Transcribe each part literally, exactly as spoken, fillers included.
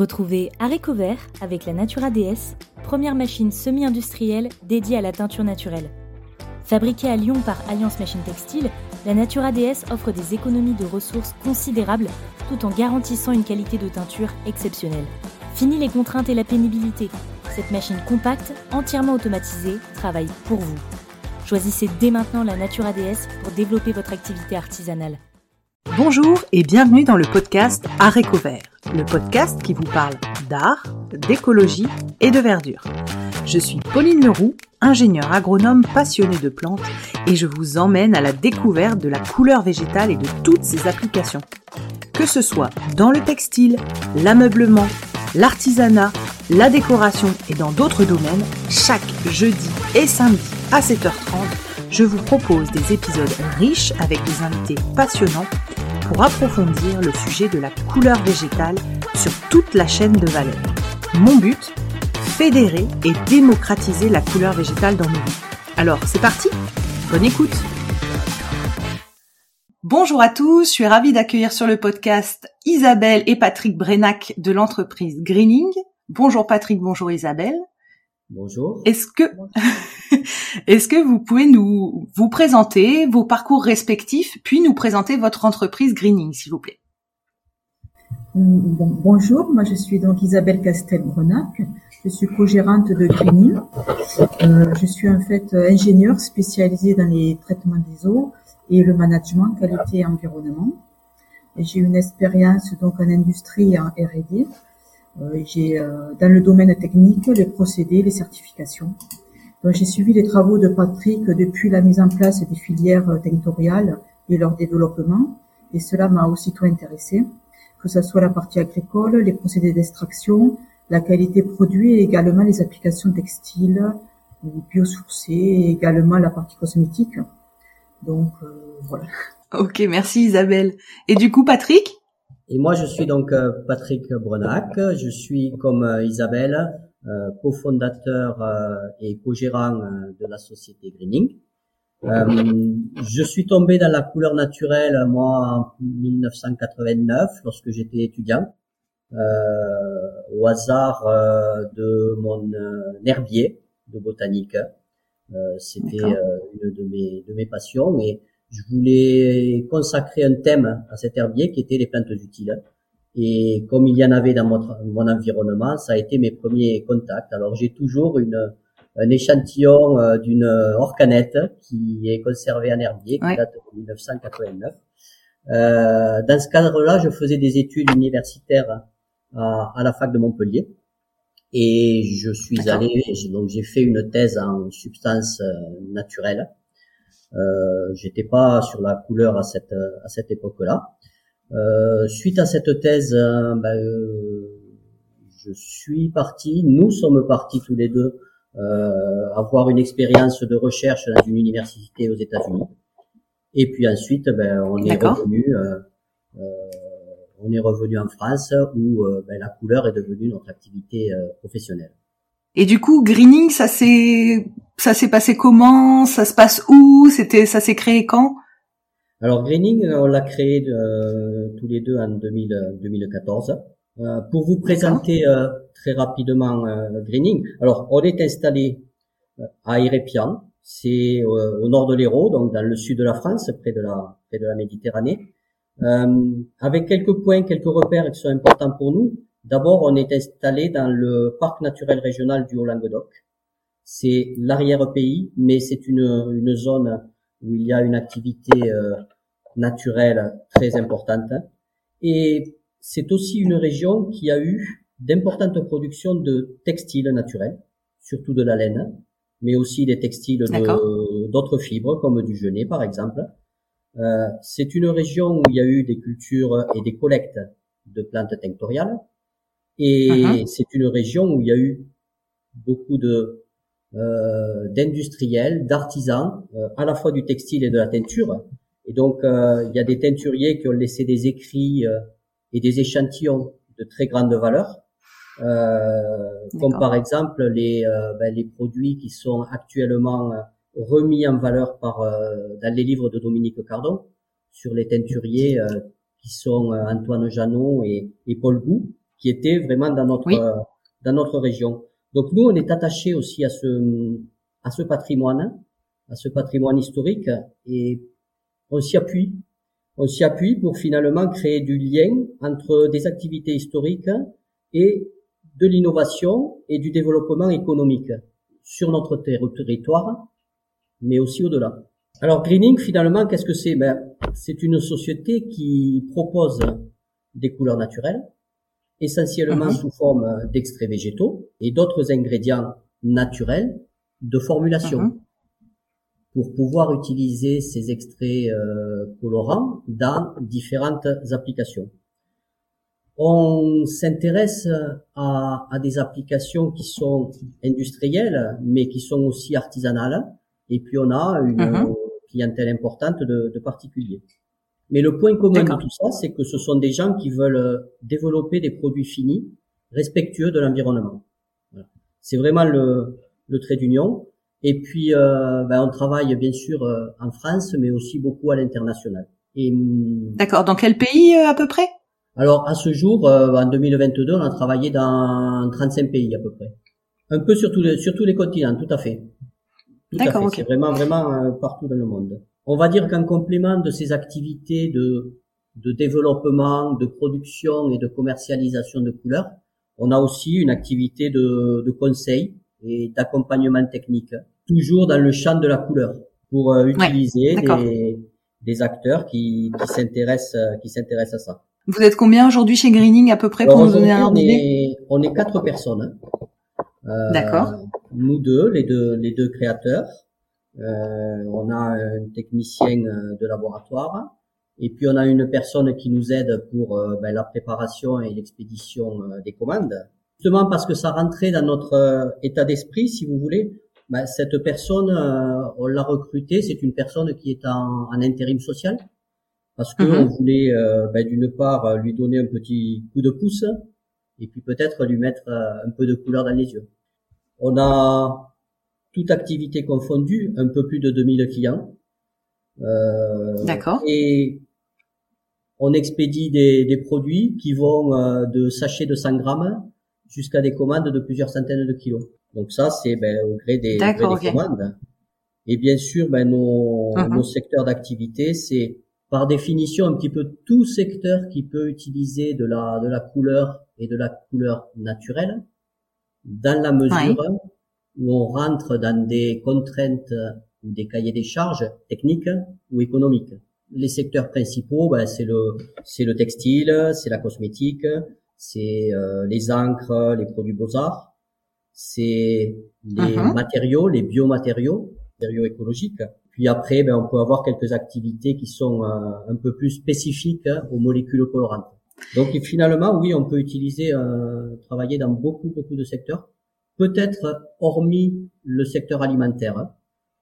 Retrouvez Haricots Verts avec la Natura D S, première machine semi-industrielle dédiée à la teinture naturelle. Fabriquée à Lyon par Alliance Machine Textile, la Natura D S offre des économies de ressources considérables tout en garantissant une qualité de teinture exceptionnelle. Fini les contraintes et la pénibilité. Cette machine compacte, entièrement automatisée, travaille pour vous. Choisissez dès maintenant la Natura D S pour développer votre activité artisanale. Bonjour et bienvenue dans le podcast Haricots Verts, le podcast qui vous parle d'art, d'écologie et de verdure. Je suis Pauline Leroux, ingénieure agronome passionnée de plantes et je vous emmène à la découverte de la couleur végétale et de toutes ses applications. Que ce soit dans le textile, l'ameublement, l'artisanat, la décoration et dans d'autres domaines, chaque jeudi et samedi à sept heures trente, je vous propose des épisodes riches avec des invités passionnants pour approfondir le sujet de la couleur végétale sur toute la chaîne de valeur. Mon but, fédérer et démocratiser la couleur végétale dans nos vies. Alors, c'est parti, bonne écoute. Bonjour à tous, je suis ravie d'accueillir sur le podcast Isabelle et Patrick Brenac de l'entreprise Greening. Bonjour Patrick, bonjour Isabelle. Bonjour. Est-ce que, est-ce que vous pouvez nous, vous présenter vos parcours respectifs, puis nous présenter votre entreprise Greening, s'il vous plaît? Bon, bonjour, moi je suis donc Isabelle Castel-Brenac, je suis co-gérante de Greening. Euh, je suis en fait ingénieure spécialisée dans les traitements des eaux et le management qualité et environnement. Et j'ai une expérience donc en industrie et en R et D. Euh, j'ai euh, dans le domaine technique les procédés, les certifications. Donc j'ai suivi les travaux de Patrick depuis la mise en place des filières territoriales et leur développement, et cela m'a aussitôt intéressée, que ce soit la partie agricole, les procédés d'extraction, la qualité produit et également les applications textiles ou biosourcées et également la partie cosmétique. Donc euh, voilà. Ok, merci Isabelle. Et du coup Patrick? Et moi, je suis donc euh, Patrick Brenac. Je suis, comme euh, Isabelle, euh, cofondateur euh, et co-gérant euh, de la société Greening. Euh, je suis tombé dans la couleur naturelle, moi, en dix-neuf cent quatre-vingt-neuf, lorsque j'étais étudiant, euh, au hasard euh, de mon euh, herbier de botanique. Euh, c'était euh, une de mes, de mes passions et je voulais consacrer un thème à cet herbier qui était les plantes utiles. Et comme il y en avait dans mon, mon environnement, ça a été mes premiers contacts. Alors j'ai toujours une, un échantillon euh, d'une orcanette qui est conservé en herbier, qui ouais. date de dix-neuf cent quatre-vingt-neuf. Euh, dans ce cadre-là, je faisais des études universitaires à, à la fac de Montpellier. Et je suis D'accord. allé, donc j'ai fait une thèse en substances naturelles. Euh, j'étais pas sur la couleur à cette à cette époque-là. Euh, suite à cette thèse, euh, ben, euh, je suis parti. Nous sommes partis tous les deux euh, avoir une expérience de recherche dans une université aux États-Unis. Et puis ensuite, ben, on est D'accord. revenu. Euh, euh, on est revenu en France où euh, ben, la couleur est devenue notre activité euh, professionnelle. Et du coup, Greening, ça s'est, ça s'est passé comment? Ça se passe où? C'était, ça s'est créé quand? Alors, Greening, on l'a créé euh, tous les deux en deux mille, deux mille quatorze. Euh, pour vous présenter euh, très rapidement euh, Greening, alors, on est installé à Hérépian, c'est euh, au nord de l'Hérault, donc dans le sud de la France, près de la, près de la Méditerranée, euh, avec quelques points, quelques repères qui sont importants pour nous. D'abord, on est installé dans le parc naturel régional du Haut-Languedoc. C'est l'arrière-pays, mais c'est une, une zone où il y a une activité euh, naturelle très importante. Et c'est aussi une région qui a eu d'importantes productions de textiles naturels, surtout de la laine, mais aussi des textiles de, d'autres fibres, comme du genêt, par exemple. Euh, c'est une région où il y a eu des cultures et des collectes de plantes tinctoriales. Et uh-huh. c'est une région où il y a eu beaucoup de euh, d'industriels, d'artisans, euh, à la fois du textile et de la teinture. Et donc, euh, il y a des teinturiers qui ont laissé des écrits euh, et des échantillons de très grande valeur, euh, comme par exemple les euh, ben, les produits qui sont actuellement euh, remis en valeur par euh, dans les livres de Dominique Cardon sur les teinturiers euh, qui sont euh, Antoine Janot et, et Paul Gou, qui était vraiment dans notre, oui. euh, dans notre région. Donc nous, on est attachés aussi à ce, à ce patrimoine, à ce patrimoine historique, et on s'y appuie. On s'y appuie pour finalement créer du lien entre des activités historiques et de l'innovation et du développement économique sur notre ter- territoire, mais aussi au-delà. Alors Greening, finalement, qu'est-ce que c'est? Ben, c'est une société qui propose des couleurs naturelles, essentiellement mmh. sous forme d'extraits végétaux et d'autres ingrédients naturels de formulation. Mmh. Pour pouvoir utiliser ces extraits euh, colorants dans différentes applications. On s'intéresse à, à des applications qui sont industrielles, mais qui sont aussi artisanales, et puis on a une mmh. clientèle importante de, de particuliers. Mais le point commun D'accord. de tout ça, c'est que ce sont des gens qui veulent développer des produits finis, respectueux de l'environnement. Voilà. C'est vraiment le, le trait d'union. Et puis, euh, ben, on travaille bien sûr euh, en France, mais aussi beaucoup à l'international. Et, D'accord. Dans quel pays euh, à peu près? Alors, à ce jour, euh, en deux mille vingt-deux, on a travaillé dans trente-cinq pays à peu près. Un peu sur tous les, sur tous les continents, tout à fait. Tout D'accord, à fait. Okay. C'est vraiment, vraiment euh, partout dans le monde. On va dire qu'en complément de ces activités de, de développement, de production et de commercialisation de couleurs, on a aussi une activité de, de conseil et d'accompagnement technique, toujours dans le champ de la couleur, pour euh, utiliser ouais, des, des acteurs qui, qui s'intéressent, qui s'intéressent à ça. Vous êtes combien aujourd'hui chez Greening à peu près pour Alors, nous donner un ordre d'idée? On est quatre personnes. Euh, D'accord. Nous deux, les deux, les deux créateurs. Euh, on a un technicien de laboratoire. Et puis on a une personne qui nous aide pour euh, ben, la préparation et l'expédition euh, des commandes. Justement parce que ça rentrait dans notre euh, état d'esprit, si vous voulez. Ben, cette personne, euh, on l'a recrutée. C'est une personne qui est en, en intérim social, parce que mm-hmm. on voulait, euh, ben, d'une part, lui donner un petit coup de pouce, et puis peut-être lui mettre euh, un peu de couleur dans les yeux. On a toute activité confondue, un peu plus de deux mille clients. Euh, D'accord. Et on expédie des, des produits qui vont euh, de sachets de cent grammes jusqu'à des commandes de plusieurs centaines de kilos. Donc ça, c'est ben, au gré des, au gré des okay. commandes. Et bien sûr, ben, nos, uh-huh. nos secteurs d'activité, c'est par définition un petit peu tout secteur qui peut utiliser de la, de la couleur et de la couleur naturelle, dans la mesure ouais. où on rentre dans des contraintes ou des cahiers des charges techniques ou économiques. Les secteurs principaux, ben, c'est le, c'est le textile, c'est la cosmétique, c'est euh, les encres, les produits beaux-arts, c'est les uh-huh. matériaux, les biomatériaux, matériaux écologiques. Puis après, ben, on peut avoir quelques activités qui sont euh, un peu plus spécifiques hein, aux molécules colorantes. Donc finalement, oui, on peut utiliser, euh, travailler dans beaucoup, beaucoup de secteurs. Peut-être hormis le secteur alimentaire, hein,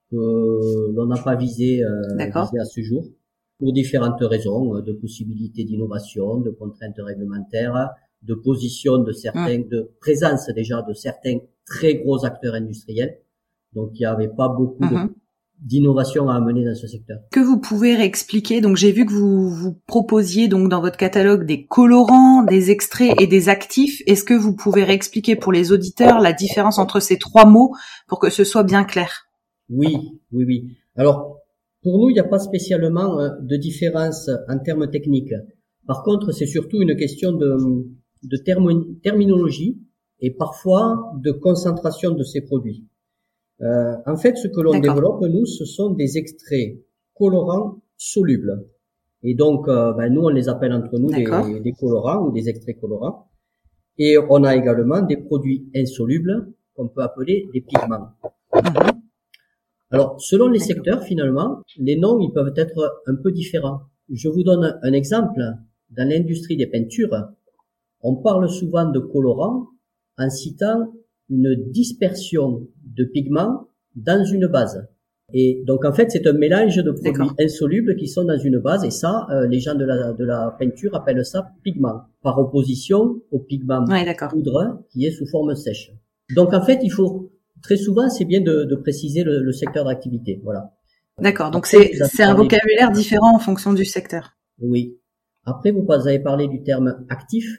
que l'on n'a pas visé, euh, visé à ce jour, pour différentes raisons, de possibilités d'innovation, de contraintes réglementaires, de position de certains, mmh. de présence déjà de certains très gros acteurs industriels. Donc il n'y avait pas beaucoup mmh. de d'innovation à amener dans ce secteur. Que vous pouvez réexpliquer? Donc j'ai vu que vous vous proposiez donc dans votre catalogue des colorants, des extraits et des actifs. Est-ce que vous pouvez réexpliquer pour les auditeurs la différence entre ces trois mots pour que ce soit bien clair? Oui, oui, oui. Alors pour nous, il n'y a pas spécialement de différence en termes techniques. Par contre, c'est surtout une question de, de termo, terminologie et parfois de concentration de ces produits. Euh, en fait, ce que l'on D'accord. développe, nous, ce sont des extraits colorants solubles. Et donc, euh, ben, nous, on les appelle entre nous des, des colorants ou des extraits colorants. Et on a également des produits insolubles qu'on peut appeler des pigments. Mm-hmm. Alors, selon les D'accord. secteurs, finalement, les noms, ils peuvent être un peu différents. Je vous donne un exemple. Dans l'industrie des peintures, on parle souvent de colorants en citant une dispersion de pigments dans une base. Et donc, en fait, c'est un mélange de produits D'accord. insolubles qui sont dans une base. Et ça, euh, les gens de la, de la peinture appellent ça pigment, par opposition au pigment ouais, poudre qui est sous forme sèche. Donc, en fait, il faut, très souvent, c'est bien de, de préciser le, le secteur d'activité. Voilà. D'accord. Donc, Après, c'est, c'est un vocabulaire différent en fonction du secteur. Oui. Après, vous avez parlé du terme actif.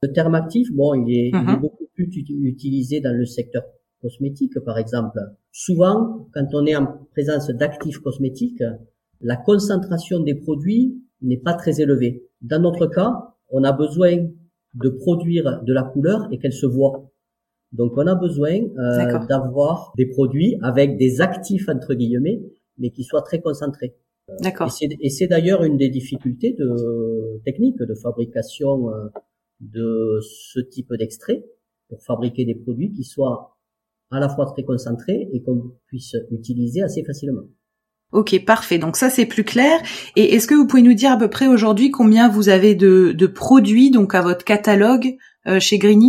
Le terme actif, bon, il est, Mm-hmm. il est beaucoup plus utilisé dans le secteur cosmétique, par exemple. Souvent, quand on est en présence d'actifs cosmétiques, la concentration des produits n'est pas très élevée. Dans notre cas, on a besoin de produire de la couleur et qu'elle se voit. Donc, on a besoin euh, d'avoir des produits avec des actifs, entre guillemets, mais qui soient très concentrés. D'accord. Et c'est, et c'est d'ailleurs une des difficultés de techniques de fabrication euh, de ce type d'extrait, pour fabriquer des produits qui soient à la fois très concentrés et qu'on puisse utiliser assez facilement. Ok, parfait. Donc ça, c'est plus clair. Et est-ce que vous pouvez nous dire à peu près aujourd'hui combien vous avez de, de produits donc à votre catalogue euh, chez Greening ?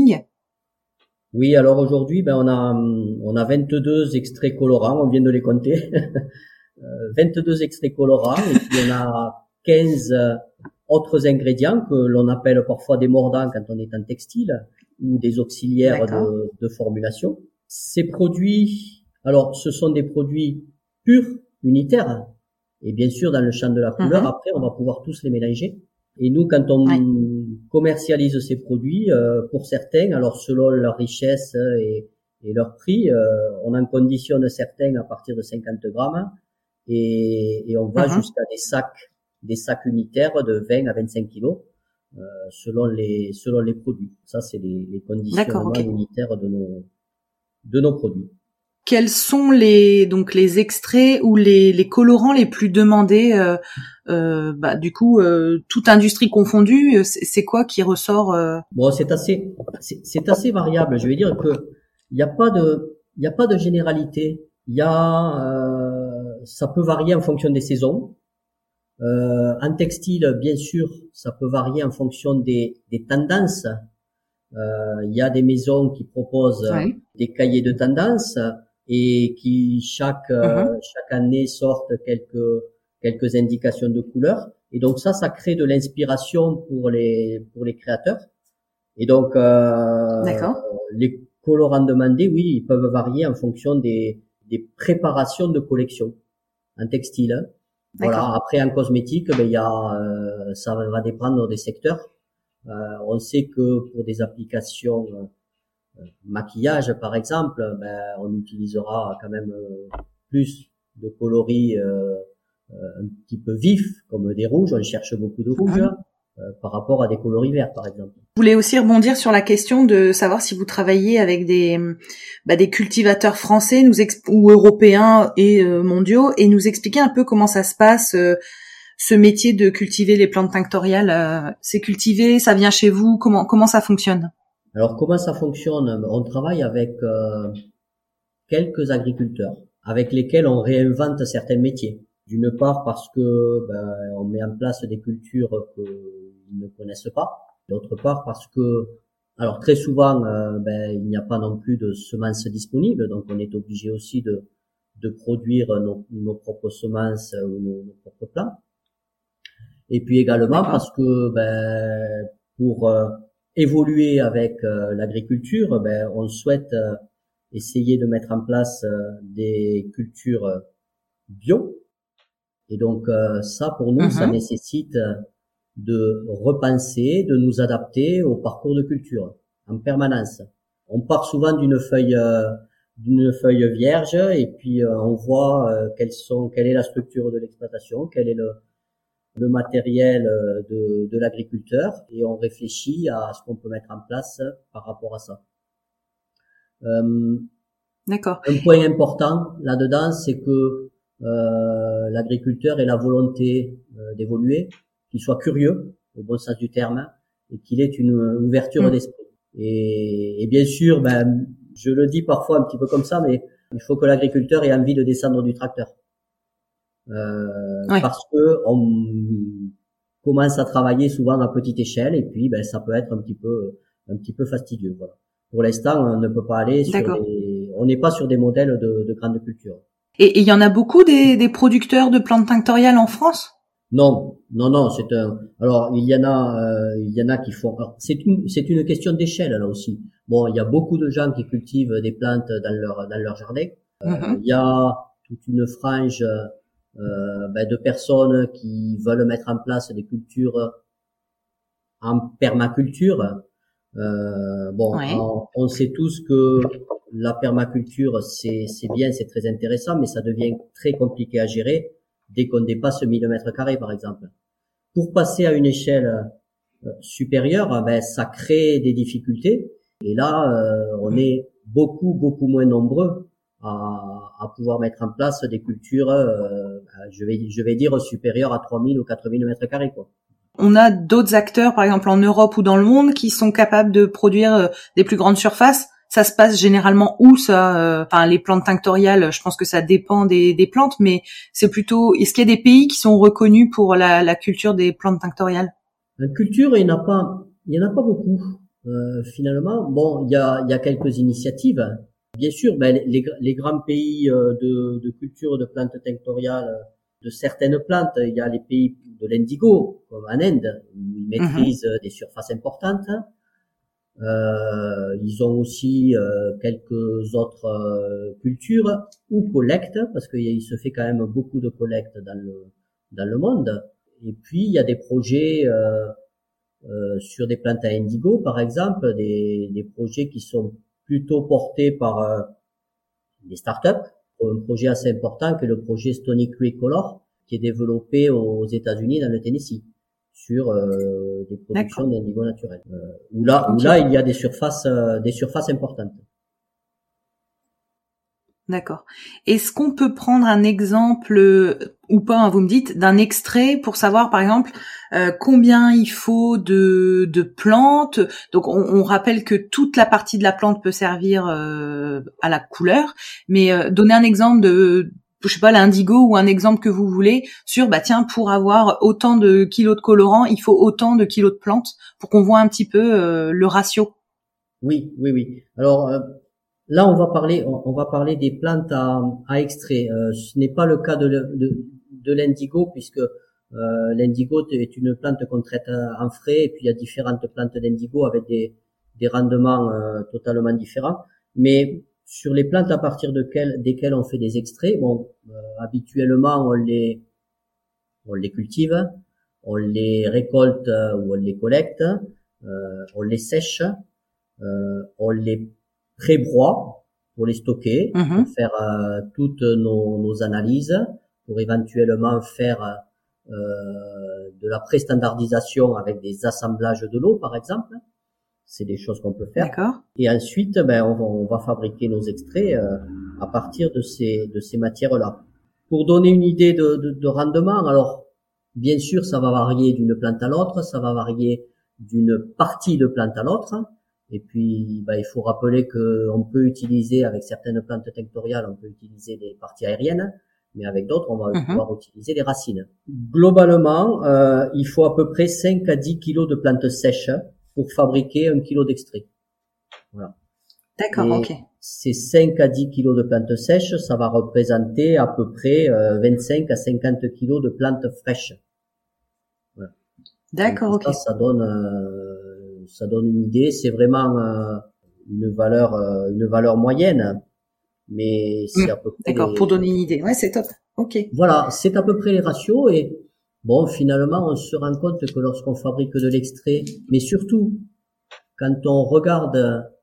Oui, alors aujourd'hui, ben on a on a vingt-deux extraits colorants, on vient de les compter. vingt-deux extraits colorants et puis on a quinze autres ingrédients que l'on appelle parfois des mordants quand on est en textile ou des auxiliaires de, de formulation. Ces produits, alors ce sont des produits purs, unitaires, et bien sûr dans le champ de la couleur, mmh. après on va pouvoir tous les mélanger. Et nous, quand on ouais. commercialise ces produits, euh, pour certains, alors selon leur richesse et, et leur prix, euh, on en conditionne certains à partir de cinquante grammes et, et on va mmh. jusqu'à des sacs, des sacs unitaires de vingt à vingt-cinq kilos, euh, selon les selon les produits. Ça, c'est les, les conditionnements okay. unitaires de nos de nos produits. Quels sont les donc les extraits ou les, les colorants les plus demandés euh, euh, bah, du coup euh, toute industrie confondue, c'est, c'est quoi qui ressort euh... Bon, c'est assez c'est, c'est assez variable. Je vais dire que il y a pas de il y a pas de généralité. Il y a euh, ça peut varier en fonction des saisons. Euh, en textile, bien sûr, ça peut varier en fonction des des tendances. Euh, il y a des maisons qui proposent ouais. des cahiers de tendances et qui chaque mm-hmm. euh, chaque année sortent quelques quelques indications de couleurs, et donc ça ça crée de l'inspiration pour les pour les créateurs. Et donc euh, les colorants demandés, oui, ils peuvent varier en fonction des des préparations de collection en textile. D'accord. Voilà, après en cosmétique, ben il y a euh, ça va dépendre des secteurs. Euh, on sait que pour des applications euh, maquillage par exemple, ben, on utilisera quand même euh, plus de coloris euh, euh, un petit peu vifs comme des rouges. On cherche beaucoup de rouges mmh. euh, par rapport à des coloris verts par exemple. Je voulais aussi rebondir sur la question de savoir si vous travaillez avec des bah, des cultivateurs français nous exp- ou européens et euh, mondiaux, et nous expliquer un peu comment ça se passe. Euh, ce métier de cultiver les plantes tinctoriales, euh, c'est cultivé, ça vient chez vous, comment comment ça fonctionne ? Alors comment ça fonctionne ? On travaille avec euh, quelques agriculteurs avec lesquels on réinvente certains métiers. D'une part parce que ben, on met en place des cultures qu'ils ne connaissent pas. D'autre part parce que, alors très souvent, euh, ben, il n'y a pas non plus de semences disponibles, donc on est obligé aussi de de produire nos, nos propres semences ou nos, nos propres plants. Et puis également D'accord. parce que ben, pour euh, évoluer avec euh, l'agriculture, ben, on souhaite euh, essayer de mettre en place euh, des cultures euh, bio. Et donc euh, ça, pour nous, mm-hmm. ça nécessite de repenser, de nous adapter au parcours de culture en permanence. On part souvent d'une feuille euh, d'une feuille vierge et puis euh, on voit euh, quelles sont, quelle est la structure de l'exploitation, quel est le le matériel de, de l'agriculteur, et on réfléchit à ce qu'on peut mettre en place par rapport à ça. Euh, D'accord. Un point important là-dedans, c'est que euh, l'agriculteur ait la volonté euh, d'évoluer, qu'il soit curieux, au bon sens du terme, et qu'il ait une ouverture mmh. d'esprit. Et, et bien sûr, ben, je le dis parfois un petit peu comme ça, mais il faut que l'agriculteur ait envie de descendre du tracteur. Euh, ouais. Parce que on commence à travailler souvent à petite échelle et puis ben ça peut être un petit peu un petit peu fastidieux. Voilà. Pour l'instant, on ne peut pas aller sur D'accord. des, on n'est pas sur des modèles de, de grande culture. Et il y en a beaucoup des, des producteurs de plantes tinctoriales en France ? Non, non, non. C'est un. Alors il y en a, euh, il y en a qui font. Alors, c'est une, c'est une question d'échelle là aussi. Bon, il y a beaucoup de gens qui cultivent des plantes dans leur dans leur jardin. Euh, mm-hmm. Il y a toute une frange Euh, ben, de personnes qui veulent mettre en place des cultures en permaculture. Euh, bon, Ouais. on, on sait tous que la permaculture, c'est, c'est bien, c'est très intéressant, mais ça devient très compliqué à gérer dès qu'on dépasse mille mètres carrés, par exemple. Pour passer à une échelle euh, supérieure, ben, ça crée des difficultés. Et là, euh, on est beaucoup, beaucoup moins nombreux à, à pouvoir mettre en place des cultures, euh, je vais, je vais dire supérieures à trois mille ou quatre mille mètres carrés, quoi. On a d'autres acteurs, par exemple en Europe ou dans le monde, qui sont capables de produire euh, des plus grandes surfaces. Ça se passe généralement où ça euh, Enfin, les plantes tinctoriales, je pense que ça dépend des, des plantes, mais c'est plutôt. Est-ce qu'il y a des pays qui sont reconnus pour la, la culture des plantes tinctoriales? La culture, il n'y en a pas, il y en a pas beaucoup euh, finalement. Bon, il y a, il y a quelques initiatives. Bien sûr, ben, les, les grands pays euh, de, de culture de plantes tinctoriales, de certaines plantes, il y a les pays de l'indigo, comme en Inde, où ils maîtrisent mmh. des surfaces importantes. Euh, ils ont aussi euh, quelques autres euh, cultures ou collectes, parce qu'il se fait quand même beaucoup de collectes dans le dans le monde. Et puis il y a des projets euh, euh, sur des plantes à indigo, par exemple, des, des projets qui sont plutôt portés par euh, des startups. Un projet assez important qui est le projet Stony Creek Color, qui est développé aux États-Unis dans le Tennessee sur euh, des productions D'accord. d'indigo naturel. Euh, où là, okay. où là, il y a des surfaces, euh, des surfaces importantes. D'accord. Est-ce qu'on peut prendre un exemple ou pas, hein, vous me dites, d'un extrait pour savoir, par exemple, euh, combien il faut de, de plantes. Donc, on, on rappelle que toute la partie de la plante peut servir euh, à la couleur, mais euh, donner un exemple de, je sais pas, l'indigo ou un exemple que vous voulez sur, bah tiens, pour avoir autant de kilos de colorant, il faut autant de kilos de plantes pour qu'on voit un petit peu euh, le ratio. Oui, oui, oui. Alors euh, là, on va parler, on, on va parler des plantes à, à extrait. Euh, ce n'est pas le cas de, de, de l'indigo puisque euh, l'indigo est une plante qu'on traite en frais et puis il y a différentes plantes d'indigo avec des, des rendements euh, totalement différents. Mais sur les plantes à partir de quelles, desquelles on fait des extraits, bon, euh, habituellement on les, on les cultive, on les récolte euh, ou on les collecte, euh, on les sèche, euh, on les pré-broie pour les stocker, mmh. pour faire euh, toutes nos, nos analyses, pour éventuellement faire euh, de la pré-standardisation avec des assemblages de l'eau, par exemple. C'est des choses qu'on peut faire. D'accord. Et ensuite, ben, on va, on va fabriquer nos extraits euh, à partir de ces, de ces matières-là. Pour donner une idée de, de, de rendement, alors bien sûr, ça va varier d'une plante à l'autre, ça va varier d'une partie de plante à l'autre. Et puis, ben, il faut rappeler que on peut utiliser avec certaines plantes tinctoriales, on peut utiliser des parties aériennes, mais avec d'autres, on va mmh. pouvoir utiliser les racines. Globalement, euh, il faut à peu près cinq à dix kilos de plantes sèches pour fabriquer un kilo d'extrait. Voilà. D'accord, et ok. Ces cinq à dix kilos de plantes sèches, ça va représenter à peu près euh, vingt-cinq à cinquante kilos de plantes fraîches. Voilà. D'accord, donc, ok. Ça, ça donne, euh, ça donne une idée. C'est vraiment euh, une valeur, euh, une valeur moyenne, mais c'est mmh, à peu près. D'accord, les... pour donner une idée. Ouais, c'est top. Ok. Voilà, c'est à peu près les ratios et bon, finalement, on se rend compte que lorsqu'on fabrique de l'extrait, mais surtout quand on regarde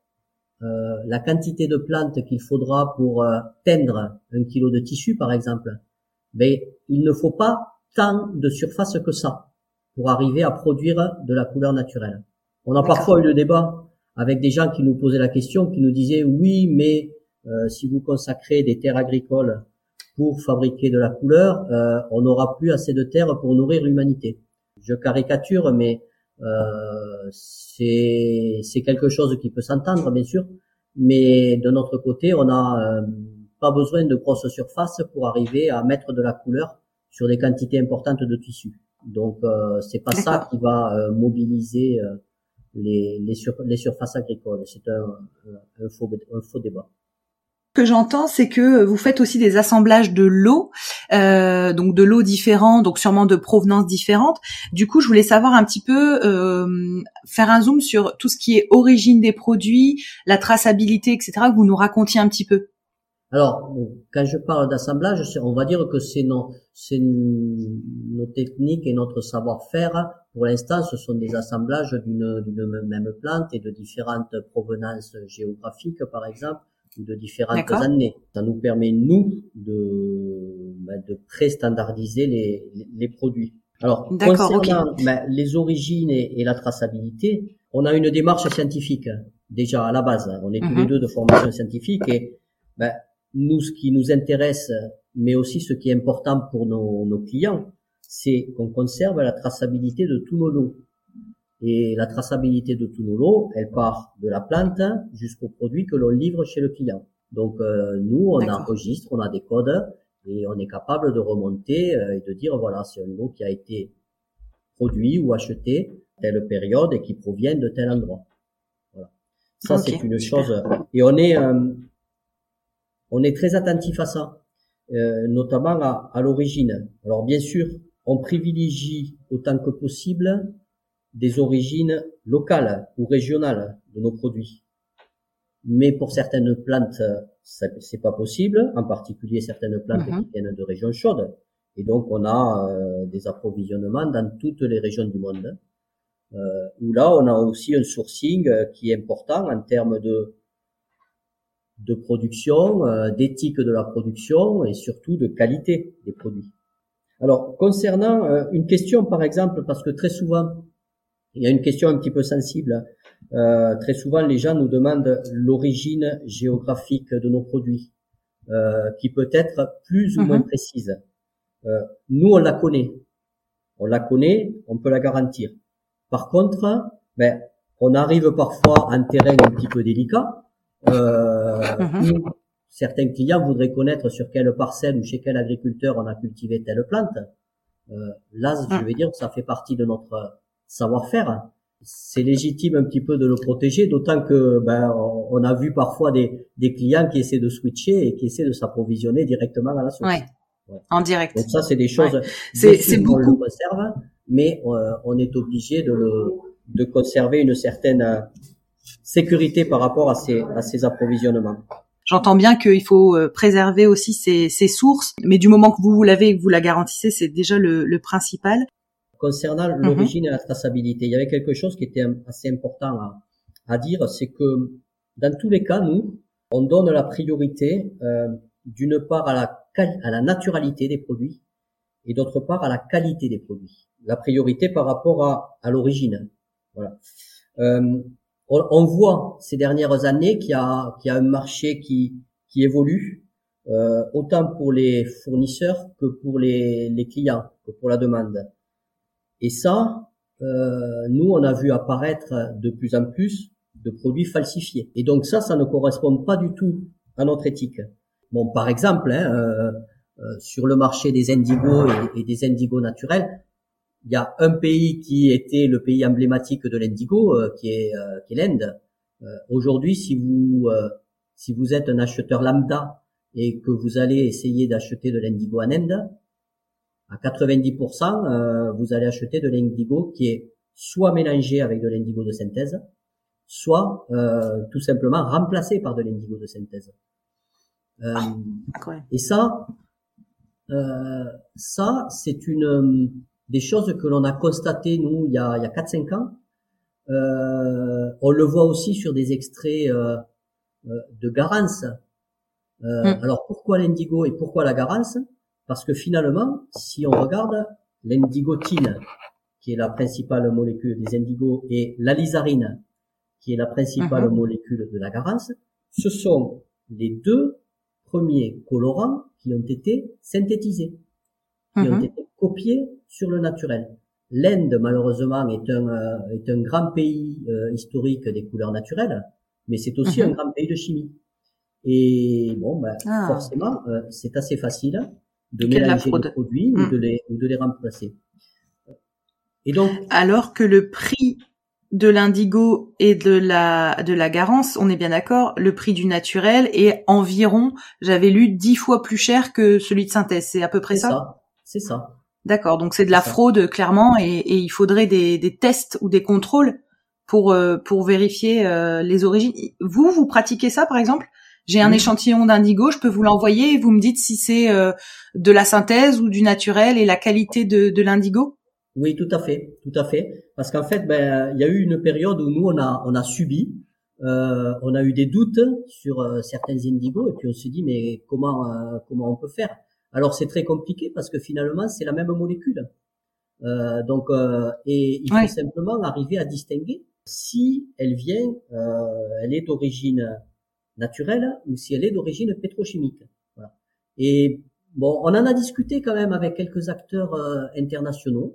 euh, la quantité de plantes qu'il faudra pour euh, teindre un kilo de tissu, par exemple, ben il ne faut pas tant de surface que ça pour arriver à produire de la couleur naturelle. On a D'accord. parfois eu le débat avec des gens qui nous posaient la question, qui nous disaient oui, mais euh, si vous consacrez des terres agricoles pour fabriquer de la couleur, euh, on n'aura plus assez de terre pour nourrir l'humanité. Je caricature, mais euh, c'est c'est quelque chose qui peut s'entendre, bien sûr. Mais de notre côté, on n'a euh, pas besoin de grosses surfaces pour arriver à mettre de la couleur sur des quantités importantes de tissu. Donc, euh, c'est pas D'accord. ça qui va euh, mobiliser euh, les les, sur, les surfaces agricoles. C'est un, un, un faux un faux débat. Ce que j'entends, c'est que vous faites aussi des assemblages de lots, euh, donc de lots différents, donc sûrement de provenance différentes. Du coup, je voulais savoir un petit peu, euh, faire un zoom sur tout ce qui est origine des produits, la traçabilité, et cetera, que vous nous racontiez un petit peu. Alors, quand je parle d'assemblage, on va dire que c'est nos, c'est nos techniques et notre savoir-faire pour l'instant, ce sont des assemblages d'une, d'une même plante et de différentes provenances géographiques, par exemple, ou de différentes D'accord. années. Ça nous permet, nous, de, ben, de pré-standardiser les, les, les produits. Alors, D'accord, concernant okay. ben, les origines et, et la traçabilité, on a une démarche scientifique, déjà à la base. On est mm-hmm. tous les deux de formation scientifique et ben, nous, ce qui nous intéresse, mais aussi ce qui est important pour nos, nos clients, c'est qu'on conserve la traçabilité de tous nos lots. Et la traçabilité de tous nos lots, elle part de la plante jusqu'au produit que l'on livre chez le client. Donc euh, nous, on D'accord. enregistre, on a des codes et on est capable de remonter euh, et de dire voilà, c'est un lot qui a été produit ou acheté à telle période et qui provient de tel endroit. Voilà. Ça, okay, c'est une super. chose. Et on est euh, on est très attentif à ça, euh, notamment à, à l'origine. Alors bien sûr, on privilégie autant que possible des origines locales ou régionales de nos produits. Mais pour certaines plantes, c'est pas possible, en particulier certaines plantes mm-hmm. qui viennent de régions chaudes. Et donc, on a euh, des approvisionnements dans toutes les régions du monde. Euh, où là, on a aussi un sourcing euh, qui est important en termes de de production, euh, d'éthique de la production et surtout de qualité des produits. Alors, concernant euh, une question, par exemple, parce que très souvent, il y a une question un petit peu sensible. Euh, très souvent, les gens nous demandent l'origine géographique de nos produits, euh, qui peut être plus ou mm-hmm. moins précise. Euh, nous, on la connaît. On la connaît, on peut la garantir. Par contre, ben, on arrive parfois en terrain un petit peu délicat, euh, mm-hmm. où certains clients voudraient connaître sur quelle parcelle ou chez quel agriculteur on a cultivé telle plante. Euh, là, mm. je vais dire que ça fait partie de notre savoir-faire. C'est légitime un petit peu de le protéger, d'autant que ben on a vu parfois des des clients qui essaient de switcher et qui essaient de s'approvisionner directement à la source. Ouais. Ouais. En direct. Donc ça, c'est des choses. Ouais. C'est c'est beaucoup. On le conserve, mais euh, on est obligé de le de conserver une certaine sécurité par rapport à ces à ces approvisionnements. J'entends bien qu'il faut préserver aussi ces ces sources, mais du moment que vous vous l'avez et que vous la garantissez, c'est déjà le le principal. Concernant l'origine mm-hmm. et la traçabilité, il y avait quelque chose qui était assez important à, à dire, c'est que dans tous les cas, nous, on donne la priorité euh, d'une part à la, à la naturalité des produits et d'autre part à la qualité des produits. La priorité par rapport à, à l'origine. Voilà. Euh, on, on voit ces dernières années qu'il y a, qu'il y a un marché qui, qui évolue, euh, autant pour les fournisseurs que pour les, les clients, que pour la demande. Et ça, euh, nous, on a vu apparaître de plus en plus de produits falsifiés. Et donc ça, ça ne correspond pas du tout à notre éthique. Bon, par exemple, hein, euh, euh, sur le marché des indigos et, et des indigos naturels, il y a un pays qui était le pays emblématique de l'indigo, euh, qui est, euh, qui est l'Inde. Euh, aujourd'hui, si vous euh, si vous êtes un acheteur lambda et que vous allez essayer d'acheter de l'indigo en Inde, à quatre-vingt-dix pour cent, euh, vous allez acheter de l'indigo qui est soit mélangé avec de l'indigo de synthèse, soit euh, tout simplement remplacé par de l'indigo de synthèse. Euh, ouais. Et ça, euh, ça c'est une des choses que l'on a constatées nous il y a il y a quatre cinq ans. Euh, on le voit aussi sur des extraits euh, de Garance. Euh, mm. Alors pourquoi l'indigo et pourquoi la Garance? Parce que finalement, si on regarde l'indigotine, qui est la principale molécule des indigos, et l'alizarine, qui est la principale mm-hmm. molécule de la Garance, ce sont les deux premiers colorants qui ont été synthétisés, qui mm-hmm. ont été copiés sur le naturel. L'Inde, malheureusement, est un, euh, est un grand pays euh, historique des couleurs naturelles, mais c'est aussi mm-hmm. un grand pays de chimie. Et bon, ben, ah. forcément, euh, c'est assez facile de Quelle mélanger les produits mmh. ou de les ou de les remplacer. Et donc, alors que le prix de l'indigo et de la de la Garance, on est bien d'accord, le prix du naturel est environ, j'avais lu, dix fois plus cher que celui de synthèse. C'est à peu près c'est ça. ça C'est ça. D'accord. Donc c'est de la c'est fraude ça. clairement, et, et il faudrait des, des tests ou des contrôles pour euh, pour vérifier euh, les origines. Vous vous pratiquez ça par exemple? J'ai un oui. échantillon d'indigo, je peux vous l'envoyer et vous me dites si c'est euh, de la synthèse ou du naturel et la qualité de, de l'indigo. Oui, tout à fait, tout à fait. Parce qu'en fait, ben, il y a eu une période où nous, on a, on a subi, euh, on a eu des doutes sur euh, certains indigos, et puis on s'est dit, mais comment, euh, comment on peut faire? Alors c'est très compliqué parce que finalement, c'est la même molécule. Euh, donc, euh, et il faut Ouais. simplement arriver à distinguer si elle vient, euh, elle est d'origine naturelle ou si elle est d'origine pétrochimique. Voilà. Et bon, on en a discuté quand même avec quelques acteurs euh, internationaux.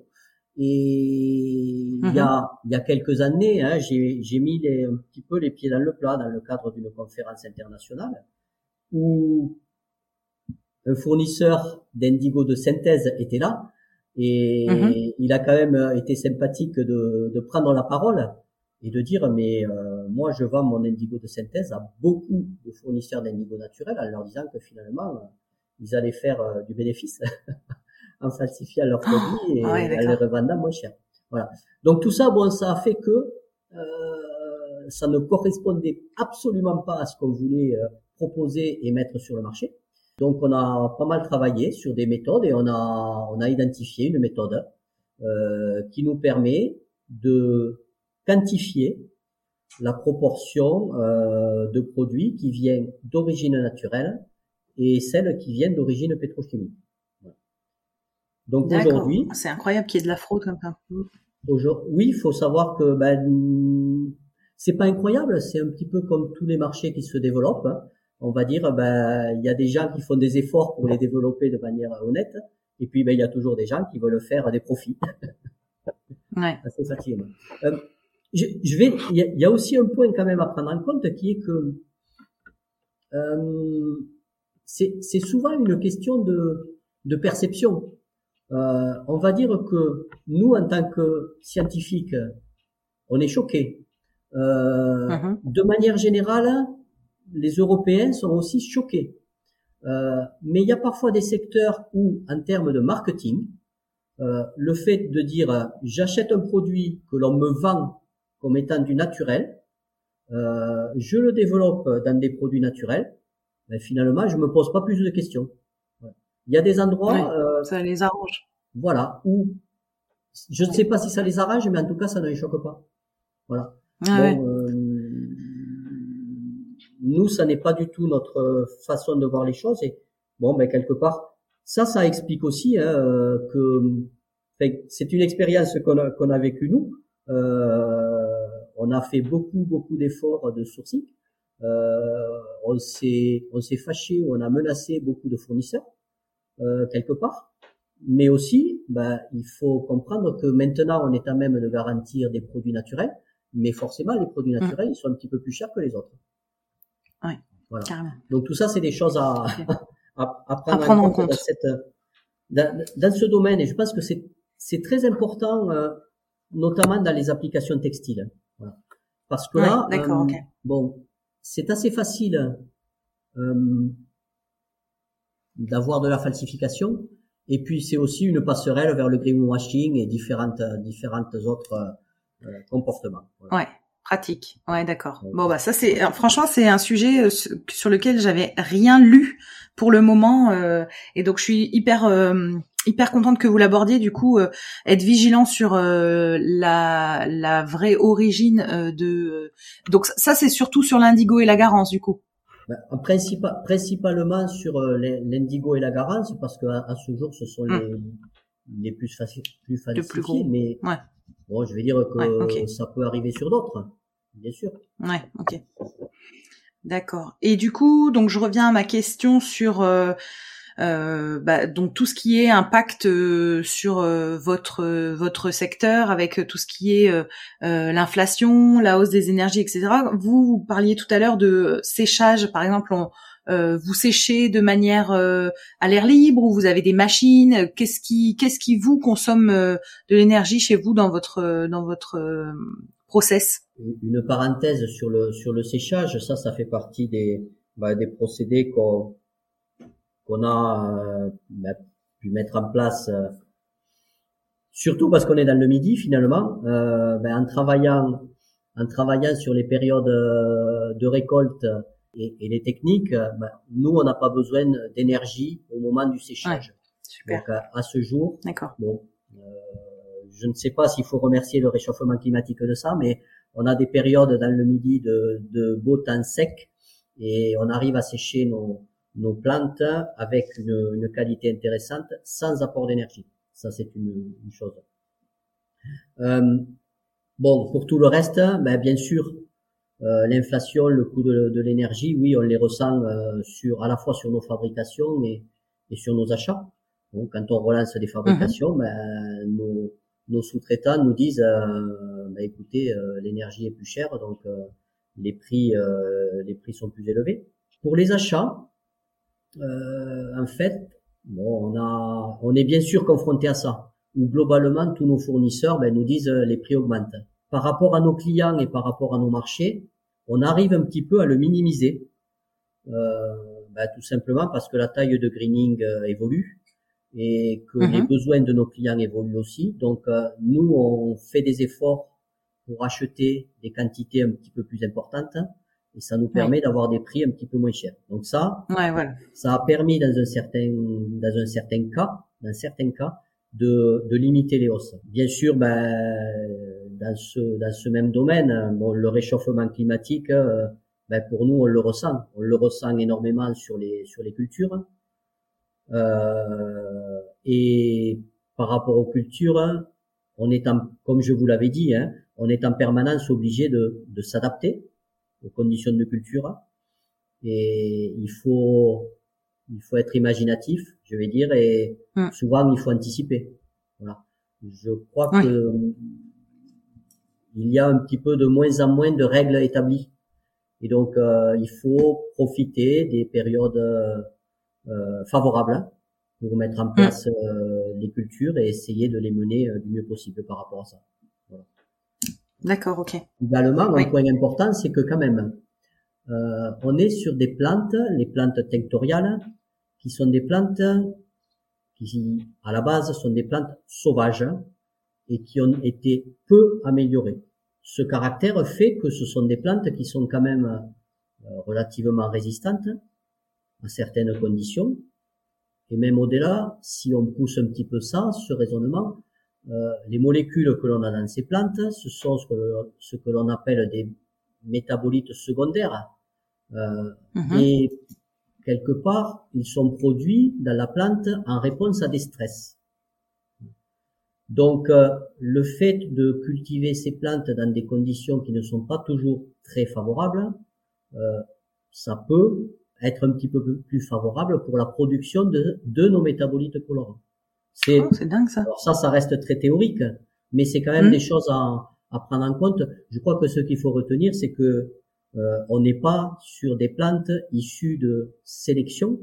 Et Mhm. il y a il y a quelques années, hein, j'ai j'ai mis les, un petit peu les pieds dans le plat dans le cadre d'une conférence internationale où un fournisseur d'indigo de synthèse était là et Mhm. il a quand même été sympathique de de prendre la parole et de dire mais euh, moi je vends mon indigo de synthèse à beaucoup de fournisseurs d'indigo naturel en leur disant que finalement euh, ils allaient faire euh, du bénéfice en falsifiant leurs produits Oh, et ouais, en les d'accord. revendant moins cher. Voilà. Donc tout ça, bon, ça a fait que euh, ça ne correspondait absolument pas à ce qu'on voulait euh, proposer et mettre sur le marché. Donc on a pas mal travaillé sur des méthodes et on a on a identifié une méthode euh, qui nous permet de quantifier la proportion euh, de produits qui viennent d'origine naturelle et celles qui viennent d'origine pétrochimique. Voilà. Donc D'accord. aujourd'hui, C'est incroyable qu'il y ait de la fraude comme ça. aujourd'hui, oui, il faut savoir que ben c'est pas incroyable, c'est un petit peu comme tous les marchés qui se développent. Hein. On va dire ben il y a des gens qui font des efforts pour les développer de manière honnête, et puis ben il y a toujours des gens qui veulent faire des profits. Ouais. Assez facilement. Euh, je, je vais, il y, a, il y a aussi un point quand même à prendre en compte qui est que euh, c'est, c'est souvent une question de, de perception. Euh, on va dire que nous, en tant que scientifiques, on est choqués. Euh, Mhm. de manière générale, les Européens sont aussi choqués. Euh, mais il y a parfois des secteurs où, en termes de marketing, euh, le fait de dire euh, j'achète un produit que l'on me vend comme étant du naturel, euh, je le développe dans des produits naturels, ben finalement je me pose pas plus de questions. Ouais. Il y a des endroits, Ouais, euh, ça les arrange. voilà, où je ne sais pas si ça les arrange, mais en tout cas ça ne les choque pas. Voilà. Ah ouais. Bon, euh, nous ça n'est pas du tout notre façon de voir les choses et bon, ben quelque part ça, ça explique aussi hein, que enfin, c'est une expérience qu'on a, qu'on a vécue nous. Euh, on a fait beaucoup, beaucoup d'efforts de sourcing. Euh, on s'est, on s'est fâché, on a menacé beaucoup de fournisseurs euh, quelque part. Mais aussi, ben, il faut comprendre que maintenant, on est à même de garantir des produits naturels, mais forcément, les produits naturels, mmh. ils sont un petit peu plus chers que les autres. Ouais, voilà. Carrément. Donc tout ça, c'est des choses à, okay. à, à, prendre, à prendre en en compte, compte dans, cette, dans, dans ce domaine. Et je pense que c'est, c'est très important, euh, notamment dans les applications textiles. Voilà. Parce que ouais, là, d'accord, euh, okay. bon, c'est assez facile euh, d'avoir de la falsification. Et puis c'est aussi une passerelle vers le greenwashing et différentes différentes autres euh, comportements. Voilà. Ouais, pratique. Ouais, d'accord. Ouais. Bon bah ça c'est franchement c'est un sujet sur lequel j'avais rien lu pour le moment euh, et donc je suis hyper euh, hyper contente que vous l'abordiez. Du coup, euh, être vigilant sur euh, la la vraie origine euh, de. Donc ça c'est surtout sur l'indigo et la garance du coup. Ben, en principal, principalement sur euh, l'indigo et la garance, parce qu'à à ce jour, ce sont mmh. les, les plus, faci plus falsifiés, plus mais ouais. bon, je vais dire que ouais, okay. ça peut arriver sur d'autres, bien sûr. Ouais, ok. D'accord. Et du coup, donc je reviens à ma question sur euh, euh, bah, donc tout ce qui est impact euh, sur euh, votre euh, votre secteur avec tout ce qui est euh, euh, l'inflation, la hausse des énergies, et cetera. Vous, vous parliez tout à l'heure de séchage, par exemple, on, euh, vous séchez de manière euh, à l'air libre ou vous avez des machines. Qu'est-ce qui qu'est-ce qui vous consomme euh, de l'énergie chez vous dans votre dans votre euh, process? Une parenthèse sur le sur le séchage, ça, ça fait partie des bah, des procédés qu'on qu'on a euh, bah, pu mettre en place, euh, surtout parce qu'on est dans le midi finalement, euh, bah, en travaillant en travaillant sur les périodes de récolte et, et les techniques, bah, nous on n'a pas besoin d'énergie au moment du séchage. Ouais, super. Donc à, à ce jour, d'accord. Bon, euh, je ne sais pas s'il faut remercier le réchauffement climatique de ça, mais on a des périodes dans le midi de, de beau temps sec et on arrive à sécher nos, nos plantes avec une, une qualité intéressante sans apport d'énergie. Ça, c'est une, une chose. Euh, bon, pour tout le reste, ben, bien sûr, euh, l'inflation, le coût de, de l'énergie, oui, on les ressent euh, sur à la fois sur nos fabrications et, et sur nos achats. Donc, quand on relance des fabrications, mmh. ben, nos, nos sous-traitants nous disent, euh, ben, écoutez, euh, l'énergie est plus chère, donc euh, les prix, euh, les prix sont plus élevés. Pour les achats, euh, en fait, bon, on a, on est bien sûr confronté à ça. Où globalement tous nos fournisseurs, ben, nous disent euh, les prix augmentent. Par rapport à nos clients et par rapport à nos marchés, on arrive un petit peu à le minimiser, euh, ben, tout simplement parce que la taille de greening euh, évolue. Et que mm-hmm. les besoins de nos clients évoluent aussi. Donc, euh, nous, on fait des efforts pour acheter des quantités un petit peu plus importantes et ça nous permet ouais. d'avoir des prix un petit peu moins chers. Donc ça, ouais, voilà. ça a permis dans un certain, dans un certain cas, dans certains cas, de, de limiter les hausses. Bien sûr, ben, dans ce, dans ce même domaine, bon, le réchauffement climatique, euh, ben, pour nous, on le ressent. On le ressent énormément sur les, sur les cultures. Euh, et par rapport aux cultures, on est en, comme je vous l'avais dit, hein, on est en permanence obligé de, de s'adapter aux conditions de culture. Et il faut, il faut être imaginatif, je vais dire, et mmh. souvent il faut anticiper. Voilà. Je crois oui. que il y a un petit peu de moins en moins de règles établies, et donc euh, il faut profiter des périodes Euh, favorables pour mettre en place euh, les cultures et essayer de les mener euh, du mieux possible par rapport à ça. Voilà. D'accord, ok. Également, oui. un point important, c'est que quand même, euh, on est sur des plantes, les plantes tinctoriales, qui sont des plantes qui, à la base, sont des plantes sauvages et qui ont été peu améliorées. Ce caractère fait que ce sont des plantes qui sont quand même euh, relativement résistantes à certaines conditions, et même au-delà, si on pousse un petit peu ça, ce raisonnement, euh, les molécules que l'on a dans ces plantes, ce sont ce que, ce que l'on appelle des métabolites secondaires, euh, mm-hmm. et quelque part, ils sont produits dans la plante en réponse à des stress. Donc, euh, le fait de cultiver ces plantes dans des conditions qui ne sont pas toujours très favorables, euh, ça peut être un petit peu plus favorable pour la production de, de nos métabolites colorants. C'est, oh, c'est dingue ça. Alors ça, ça reste très théorique, mais c'est quand même mmh. des choses à, à prendre en compte. Je crois que ce qu'il faut retenir, c'est que euh, on n'est pas sur des plantes issues de sélection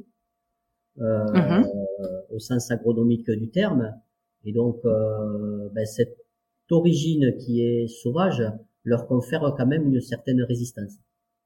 euh, mmh. au sens agronomique du terme, et donc euh, ben, cette origine qui est sauvage leur confère quand même une certaine résistance.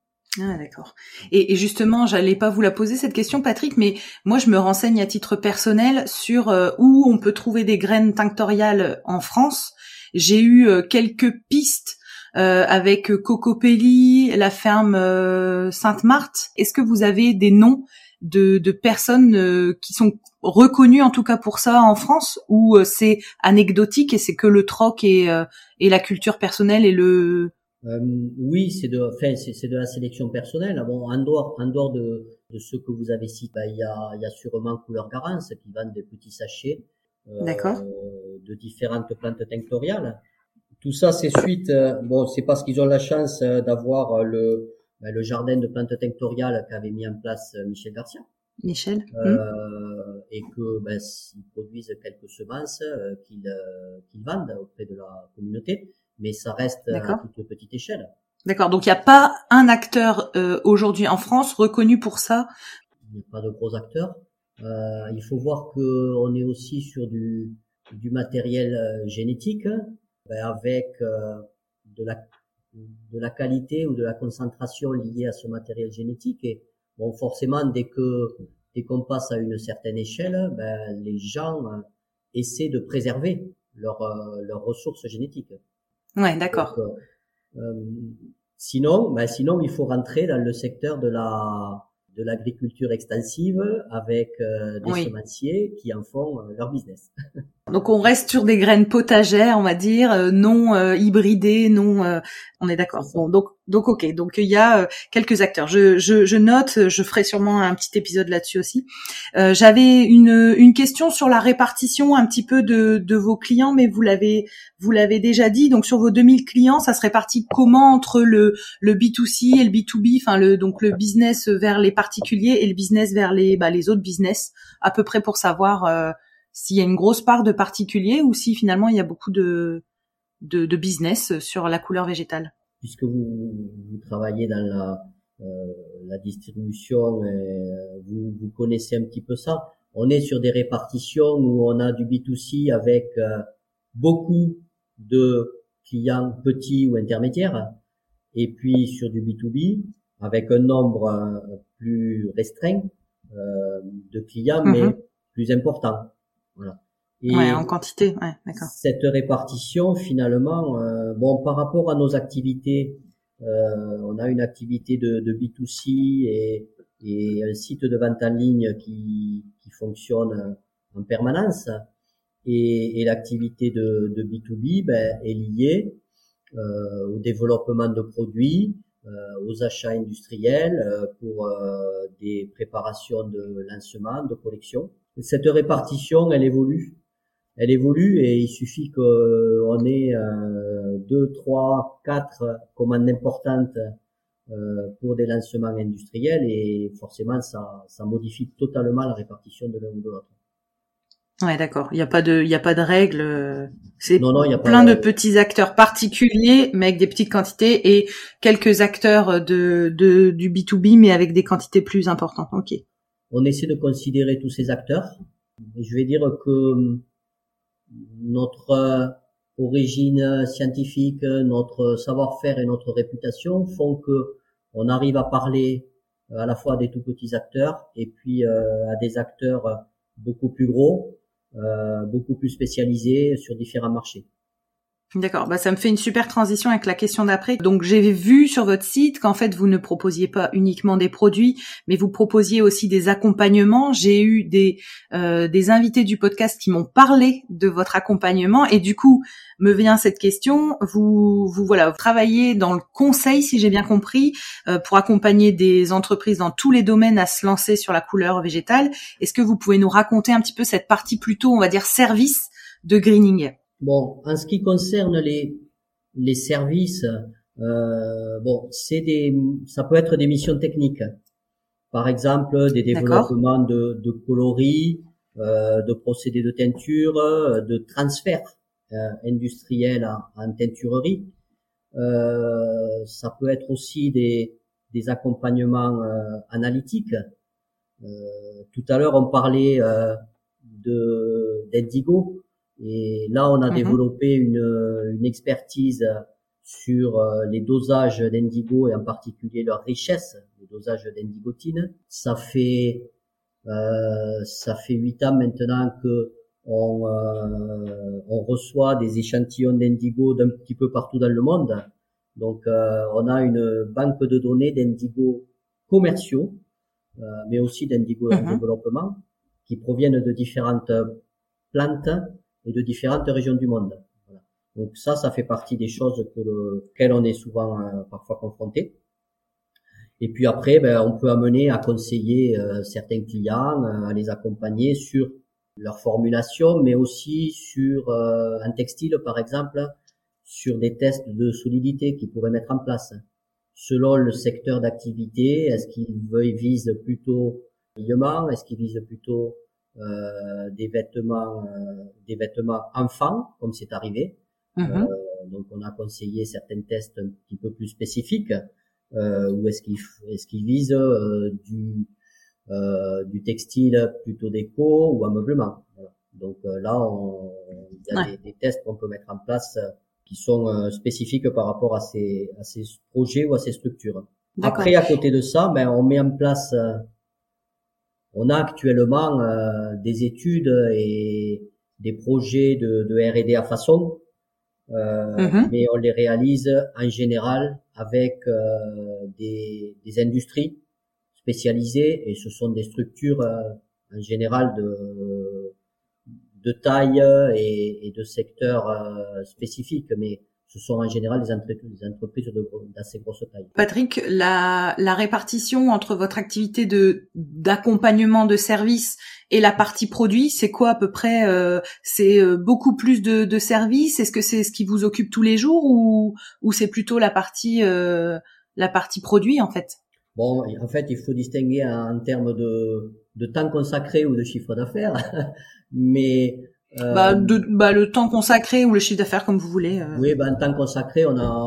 Ah d'accord. Et, et justement, j'allais pas vous la poser cette question, Patrick, mais moi je me renseigne à titre personnel sur euh, où on peut trouver des graines tinctoriales en France. J'ai eu euh, quelques pistes euh, avec Cocopelli, la ferme euh, Sainte-Marthe. Est-ce que vous avez des noms de, de personnes euh, qui sont reconnues en tout cas pour ça en France, ou euh, c'est anecdotique et c'est que le troc et, euh, et la culture personnelle et le Euh, oui, c'est de, enfin, c'est, c'est de la sélection personnelle. Bon, en dehors, en dehors de, de ce que vous avez cité, bah, il y a, il y a sûrement Couleur Garance qui vendent des petits sachets euh, D'accord. de différentes plantes tinctoriales. Tout ça, c'est suite. Euh, bon, c'est parce qu'ils ont la chance euh, d'avoir le, bah, le jardin de plantes tinctoriales qu'avait mis en place Michel Garcia. Michel. Euh, mmh. Et que, ben, ils produisent quelques semences euh, qu'ils, euh, qu'ils vendent auprès de la communauté. Mais ça reste D'accord. à toute petite échelle. D'accord, donc il n'y a pas un acteur euh, aujourd'hui en France reconnu pour ça. Il n'y a pas de gros acteurs. Euh, il faut voir que on est aussi sur du, du matériel euh, génétique, ben, avec euh, de la de la qualité ou de la concentration liée à ce matériel génétique. Et bon, forcément, dès que dès qu'on passe à une certaine échelle, ben, les gens euh, essaient de préserver leurs euh, leurs ressources génétiques. Ouais, d'accord. Donc, euh, euh, sinon, ben sinon, il faut rentrer dans le secteur de la de l'agriculture extensive avec euh, des oui. semenciers qui en font euh, leur business. Donc on reste sur des graines potagères, on va dire, euh, non euh, hybridées, non. Euh, on est d'accord. Bon, donc donc ok. Donc il y a euh, quelques acteurs. Je, je je note. Je ferai sûrement un petit épisode là-dessus aussi. Euh, j'avais une une question sur la répartition un petit peu de de vos clients, mais vous l'avez vous l'avez déjà dit. Donc sur vos deux mille clients, ça se répartit comment entre le le B deux C et le B deux B, enfin le donc le business vers les particuliers et le business vers les bah les autres business, à peu près pour savoir. Euh, s'il y a une grosse part de particuliers ou si finalement il y a beaucoup de, de, de business sur la couleur végétale. Puisque vous, vous travaillez dans la, euh, la distribution, et vous, vous connaissez un petit peu ça. On est sur des répartitions où on a du B deux C avec euh, beaucoup de clients petits ou intermédiaires, et puis sur du B deux B avec un nombre euh, plus restreint euh, de clients, mm-hmm. mais plus important. Voilà. Et ouais, en quantité, ouais, d'accord. Cette répartition, finalement, euh, bon, par rapport à nos activités, euh, on a une activité de, de B deux C et, et un site de vente en ligne qui, qui fonctionne en permanence, et, et l'activité de, de B deux B ben, est liée euh, au développement de produits, euh, aux achats industriels euh, pour euh, des préparations de lancement, de collection. Cette répartition, elle évolue, elle évolue et il suffit qu'on ait euh, deux, trois, quatre commandes importantes euh, pour des lancements industriels et forcément ça, ça modifie totalement la répartition de l'un ou de l'autre. Ouais, d'accord. Il n'y a pas de, il y a pas de règles. C'est non, non, il y a plein pas de petits acteurs particuliers, mais avec des petites quantités, et quelques acteurs de, de du B deux B, mais avec des quantités plus importantes. Ok. On essaie de considérer tous ces acteurs. Et je vais dire que notre origine scientifique, notre savoir-faire et notre réputation font que on arrive à parler à la fois des tout petits acteurs et puis à des acteurs beaucoup plus gros, euh, beaucoup plus spécialisés sur différents marchés. D'accord, bah ça me fait une super transition avec la question d'après. Donc j'ai vu sur votre site qu'en fait vous ne proposiez pas uniquement des produits, mais vous proposiez aussi des accompagnements. J'ai eu des euh, des invités du podcast qui m'ont parlé de votre accompagnement et du coup me vient cette question. Vous vous voilà, vous travaillez dans le conseil, si j'ai bien compris, euh, pour accompagner des entreprises dans tous les domaines à se lancer sur la couleur végétale. Est-ce que vous pouvez nous raconter un petit peu cette partie plutôt, on va dire, service de greening? Bon, en ce qui concerne les les services, euh, bon, c'est des, ça peut être des missions techniques. Par exemple, des développements de, de coloris, euh, de procédés de teinture, de transfert euh, industriel en, en teinturerie. Euh, ça peut être aussi des des accompagnements euh, analytiques. Euh, tout à l'heure, on parlait euh, de d'indigo. Et là, on a mmh. développé une, une expertise sur les dosages d'indigo et en particulier leur richesse, les dosages d'indigotine. Ça fait euh, ça fait huit ans maintenant que on, euh, on reçoit des échantillons d'indigo d'un petit peu partout dans le monde. Donc, euh, on a une banque de données d'indigo commerciaux, euh, mais aussi d'indigo mmh. en développement, qui proviennent de différentes plantes et de différentes régions du monde. Voilà. Donc ça, ça fait partie des choses que le, auxquelles on est souvent euh, parfois confronté. Et puis après, ben, on peut amener à conseiller euh, certains clients, euh, à les accompagner sur leur formulation, mais aussi sur euh, un textile, par exemple, sur des tests de solidité qu'ils pourraient mettre en place. Selon le secteur d'activité, est-ce qu'ils visent plutôt l'habillement, est-ce qu'ils visent plutôt Euh, des vêtements euh, des vêtements enfants comme c'est arrivé. Mm-hmm. Euh, donc on a conseillé certains tests un petit peu plus spécifiques euh, ou est-ce qu'ils est-ce qu'ils visent euh, du euh, du textile plutôt déco ou ameublement. Voilà. Donc euh, là on il y a ouais. des, des tests qu'on peut mettre en place euh, qui sont euh, spécifiques par rapport à ces à ces projets ou à ces structures. D'accord. Après à côté de ça, ben on met en place euh, on a actuellement euh, des études et des projets de, de R et D à façon, euh, mm-hmm. mais on les réalise en général avec euh, des, des industries spécialisées et ce sont des structures euh, en général de, de taille et, et de secteurs euh, spécifiques, mais ce sont en général des entreprises, des entreprises de, d'assez grosse taille. Patrick, la, la répartition entre votre activité de d'accompagnement de services et la partie produit, c'est quoi à peu près euh, C'est beaucoup plus de, de services? Est-ce que c'est ce qui vous occupe tous les jours ou, ou c'est plutôt la partie euh, la partie produit en fait? Bon, en fait, il faut distinguer en termes de, de temps consacré ou de chiffre d'affaires, mais Euh, bah, de, bah, le temps consacré ou le chiffre d'affaires comme vous voulez. Euh. Oui, bah, en temps consacré, on a,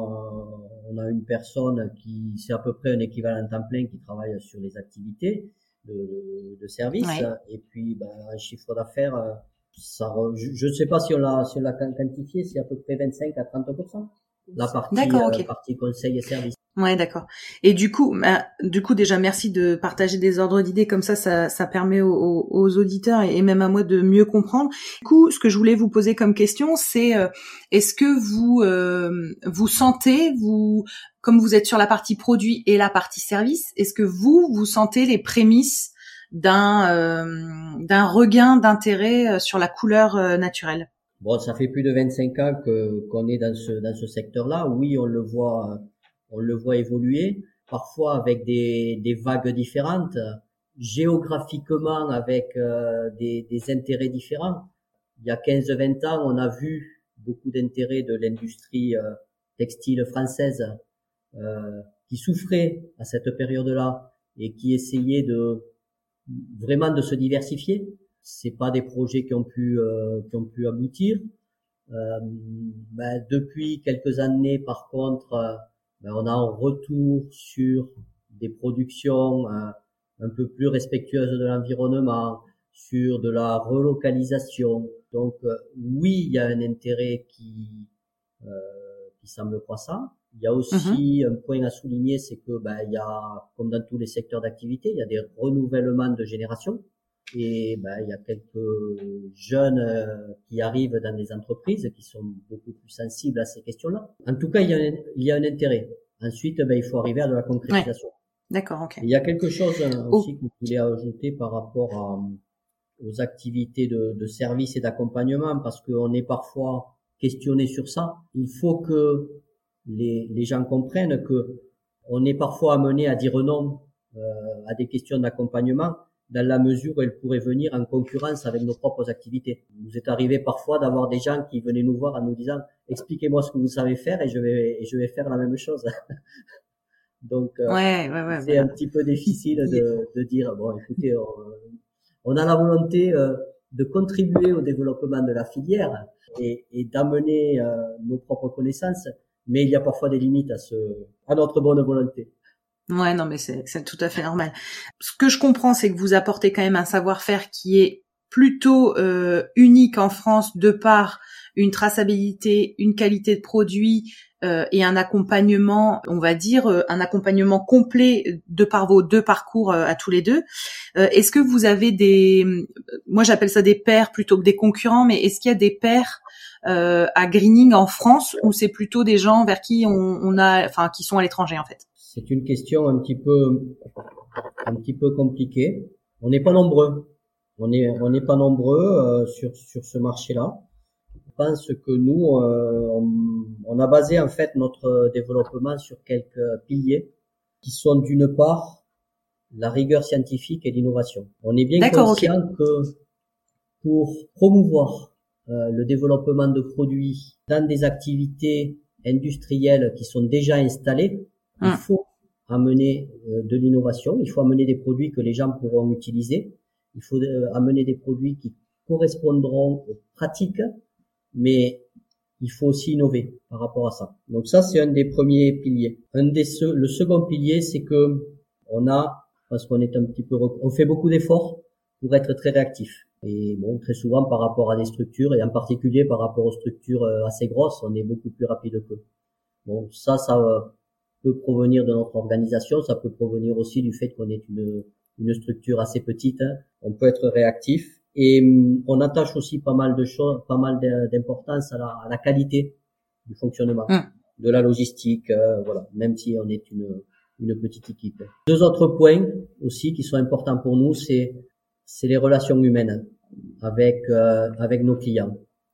on a une personne qui, c'est à peu près un équivalent temps plein qui travaille sur les activités de, de, de service. Ouais. Et puis, bah, un chiffre d'affaires, ça, je ne sais pas si on l'a, si on l'a quantifié, c'est à peu près vingt-cinq à trente pour cent. La partie, d'accord, okay. euh, partie conseil et service. Ouais, d'accord. Et du coup, bah, du coup, déjà, merci de partager des ordres d'idées comme ça, ça, ça permet aux, aux auditeurs et même à moi de mieux comprendre. Du coup, ce que je voulais vous poser comme question, c'est euh, est-ce que vous euh, vous sentez, vous, comme vous êtes sur la partie produit et la partie service, est-ce que vous vous sentez les prémices d'un euh, d'un regain d'intérêt sur la couleur euh, naturelle? Bon, ça fait plus de vingt-cinq ans que qu'on est dans ce dans ce secteur-là. Oui, on le voit. On le voit évoluer, parfois avec des, des vagues différentes, géographiquement avec euh, des, des intérêts différents. Il y a quinze vingt ans, on a vu beaucoup d'intérêts de l'industrie euh, textile française euh, qui souffrait à cette période-là et qui essayait de vraiment de se diversifier. C'est pas des projets qui ont pu euh, qui ont pu aboutir. Euh, ben, depuis quelques années, par contre, euh, ben, on a un retour sur des productions euh, un peu plus respectueuses de l'environnement, sur de la relocalisation. Donc euh, oui, il y a un intérêt qui euh, qui semble croissant. Il y a aussi mmh. un point à souligner, c'est que ben il y a, comme dans tous les secteurs d'activité, il y a des renouvellements de génération. Et ben il y a quelques jeunes euh, qui arrivent dans des entreprises qui sont beaucoup plus sensibles à ces questions-là. En tout cas, il y a un, il y a un intérêt. Ensuite, ben il faut arriver à de la concrétisation. Ouais. D'accord, ok. Et il y a quelque chose aussi oh. que je voulais ajouter par rapport à, aux activités de, de service et d'accompagnement, parce qu'on est parfois questionné sur ça. Il faut que les, les gens comprennent que on est parfois amené à dire non euh, à des questions d'accompagnement, dans la mesure où elles pourraient venir en concurrence avec nos propres activités. Il nous est arrivé parfois d'avoir des gens qui venaient nous voir en nous disant « Expliquez-moi ce que vous savez faire et je vais, et je vais faire la même chose. » Donc, euh, ouais, ouais, ouais, c'est ouais. un petit peu difficile de, de dire « Bon, écoutez, on, on a la volonté euh, de contribuer au développement de la filière et, et d'amener euh, nos propres connaissances, mais il y a parfois des limites à, ce, à notre bonne volonté. » Ouais, non, mais c'est, c'est tout à fait normal. Ce que je comprends, c'est que vous apportez quand même un savoir-faire qui est plutôt euh, unique en France de par une traçabilité, une qualité de produit euh, et un accompagnement, on va dire, euh, un accompagnement complet de par vos deux parcours euh, à tous les deux. Euh, est-ce que vous avez des, moi j'appelle ça des pairs plutôt que des concurrents, mais est-ce qu'il y a des pairs euh, à Greening en France ou c'est plutôt des gens vers qui on, on a, enfin qui sont à l'étranger en fait? C'est une question un petit peu, un petit peu compliquée. On n'est pas nombreux. On est, on n'est pas nombreux euh, sur sur ce marché-là. Je pense que nous, euh, on, on a basé en fait notre développement sur quelques piliers qui sont d'une part la rigueur scientifique et l'innovation. On est bien D'accord, conscient okay. que pour promouvoir euh, le développement de produits dans des activités industrielles qui sont déjà installées, il faut amener euh, de l'innovation, il faut amener des produits que les gens pourront utiliser, il faut euh, amener des produits qui correspondront aux pratiques, mais il faut aussi innover par rapport à ça. Donc ça, c'est un des premiers piliers. Un des le second pilier, c'est que on a, parce qu'on est un petit peu, on fait beaucoup d'efforts pour être très réactif. Et bon, très souvent par rapport à des structures, et en particulier par rapport aux structures assez grosses, on est beaucoup plus rapide qu'eux. Bon, ça, ça peut provenir de notre organisation, ça peut provenir aussi du fait qu'on est une, une structure assez petite. On peut être réactif. Et on attache aussi pas mal de choses, pas mal d'importance à la, à la qualité du fonctionnement, mmh. de la logistique, euh, voilà, même si on est une, une petite équipe. Deux autres points aussi qui sont importants pour nous, c'est, c'est les relations humaines. avec euh, avec nos clients.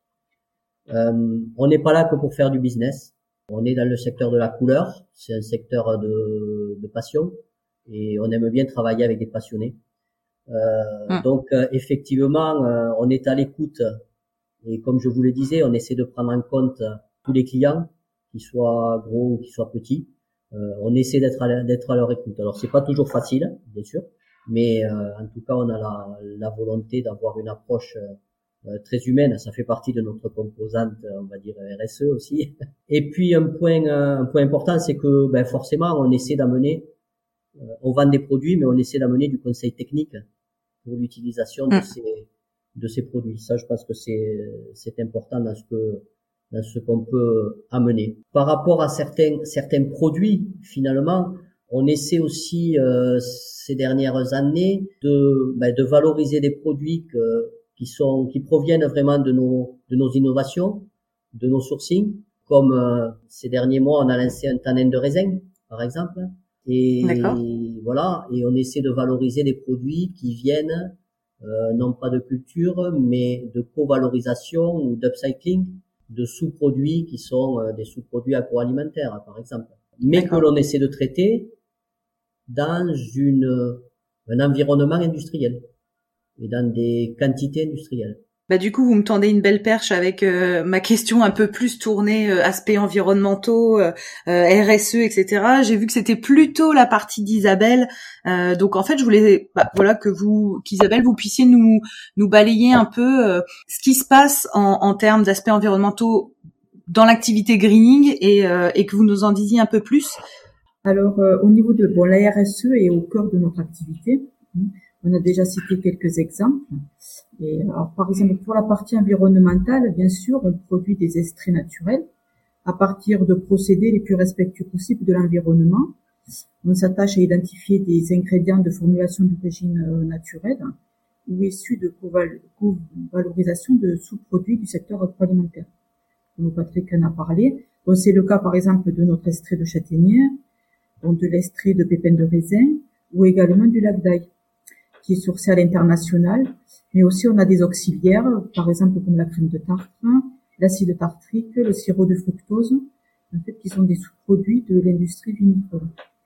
Euh, on n'est pas là que pour faire du business. On est dans le secteur de la couleur, c'est un secteur de, de passion et on aime bien travailler avec des passionnés. Euh, mmh. Donc euh, effectivement, euh, on est à l'écoute et comme je vous le disais, on essaie de prendre en compte tous les clients, qu'ils soient gros ou qu'ils soient petits. Euh, on essaie d'être à, d'être à leur écoute. Alors c'est pas toujours facile, bien sûr, mais euh, en tout cas on a la, la volonté d'avoir une approche euh, très humaine. Ça fait partie de notre composante, on va dire R S E aussi. Et puis un point, un point important, c'est que ben, forcément on essaie d'amener, euh, on vend des produits, mais on essaie d'amener du conseil technique pour l'utilisation de ces de ces produits. Ça, je pense que c'est c'est important dans ce que dans ce qu'on peut amener. Par rapport à certains certains produits, finalement, on essaie aussi euh, ces dernières années de ben, de valoriser des produits que, qui sont qui proviennent vraiment de nos de nos innovations, de nos sourcings. Comme euh, ces derniers mois, on a lancé un tanin de raisin, par exemple. Et D'accord. Voilà, et on essaie de valoriser des produits qui viennent euh, non pas de culture, mais de co-valorisation ou d'upcycling de sous-produits qui sont euh, des sous-produits agroalimentaires, par exemple, mais D'accord. que l'on essaie de traiter dans une un environnement industriel et dans des quantités industrielles. Bah du coup, vous me tendez une belle perche avec euh, ma question un peu plus tournée euh, aspects environnementaux, euh, euh, R S E, et cetera. J'ai vu que c'était plutôt la partie d'Isabelle, euh, donc en fait, je voulais, bah, voilà, que vous, qu'Isabelle, vous puissiez nous nous balayer un peu euh, ce qui se passe en, en termes d'aspects environnementaux dans l'activité greening et, euh, et que vous nous en disiez un peu plus. Alors, euh, au niveau de bon, la R S E est au cœur de notre activité. On a déjà cité quelques exemples. Et alors, par exemple, pour la partie environnementale, bien sûr, on produit des extraits naturels à partir de procédés les plus respectueux possibles de l'environnement. On s'attache à identifier des ingrédients de formulation d'origine naturelle ou issus de co-valorisation de sous-produits du secteur agroalimentaire. Comme Patrick en a parlé. Donc, c'est le cas, par exemple, de notre extrait de châtaignière, donc de l'extrait de pépins de raisin ou également du lac d'ail, qui est sourcé à l'international, mais aussi on a des auxiliaires, par exemple comme la crème de tartare, l'acide tartrique, le sirop de fructose, en fait, qui sont des sous-produits de l'industrie vinicole.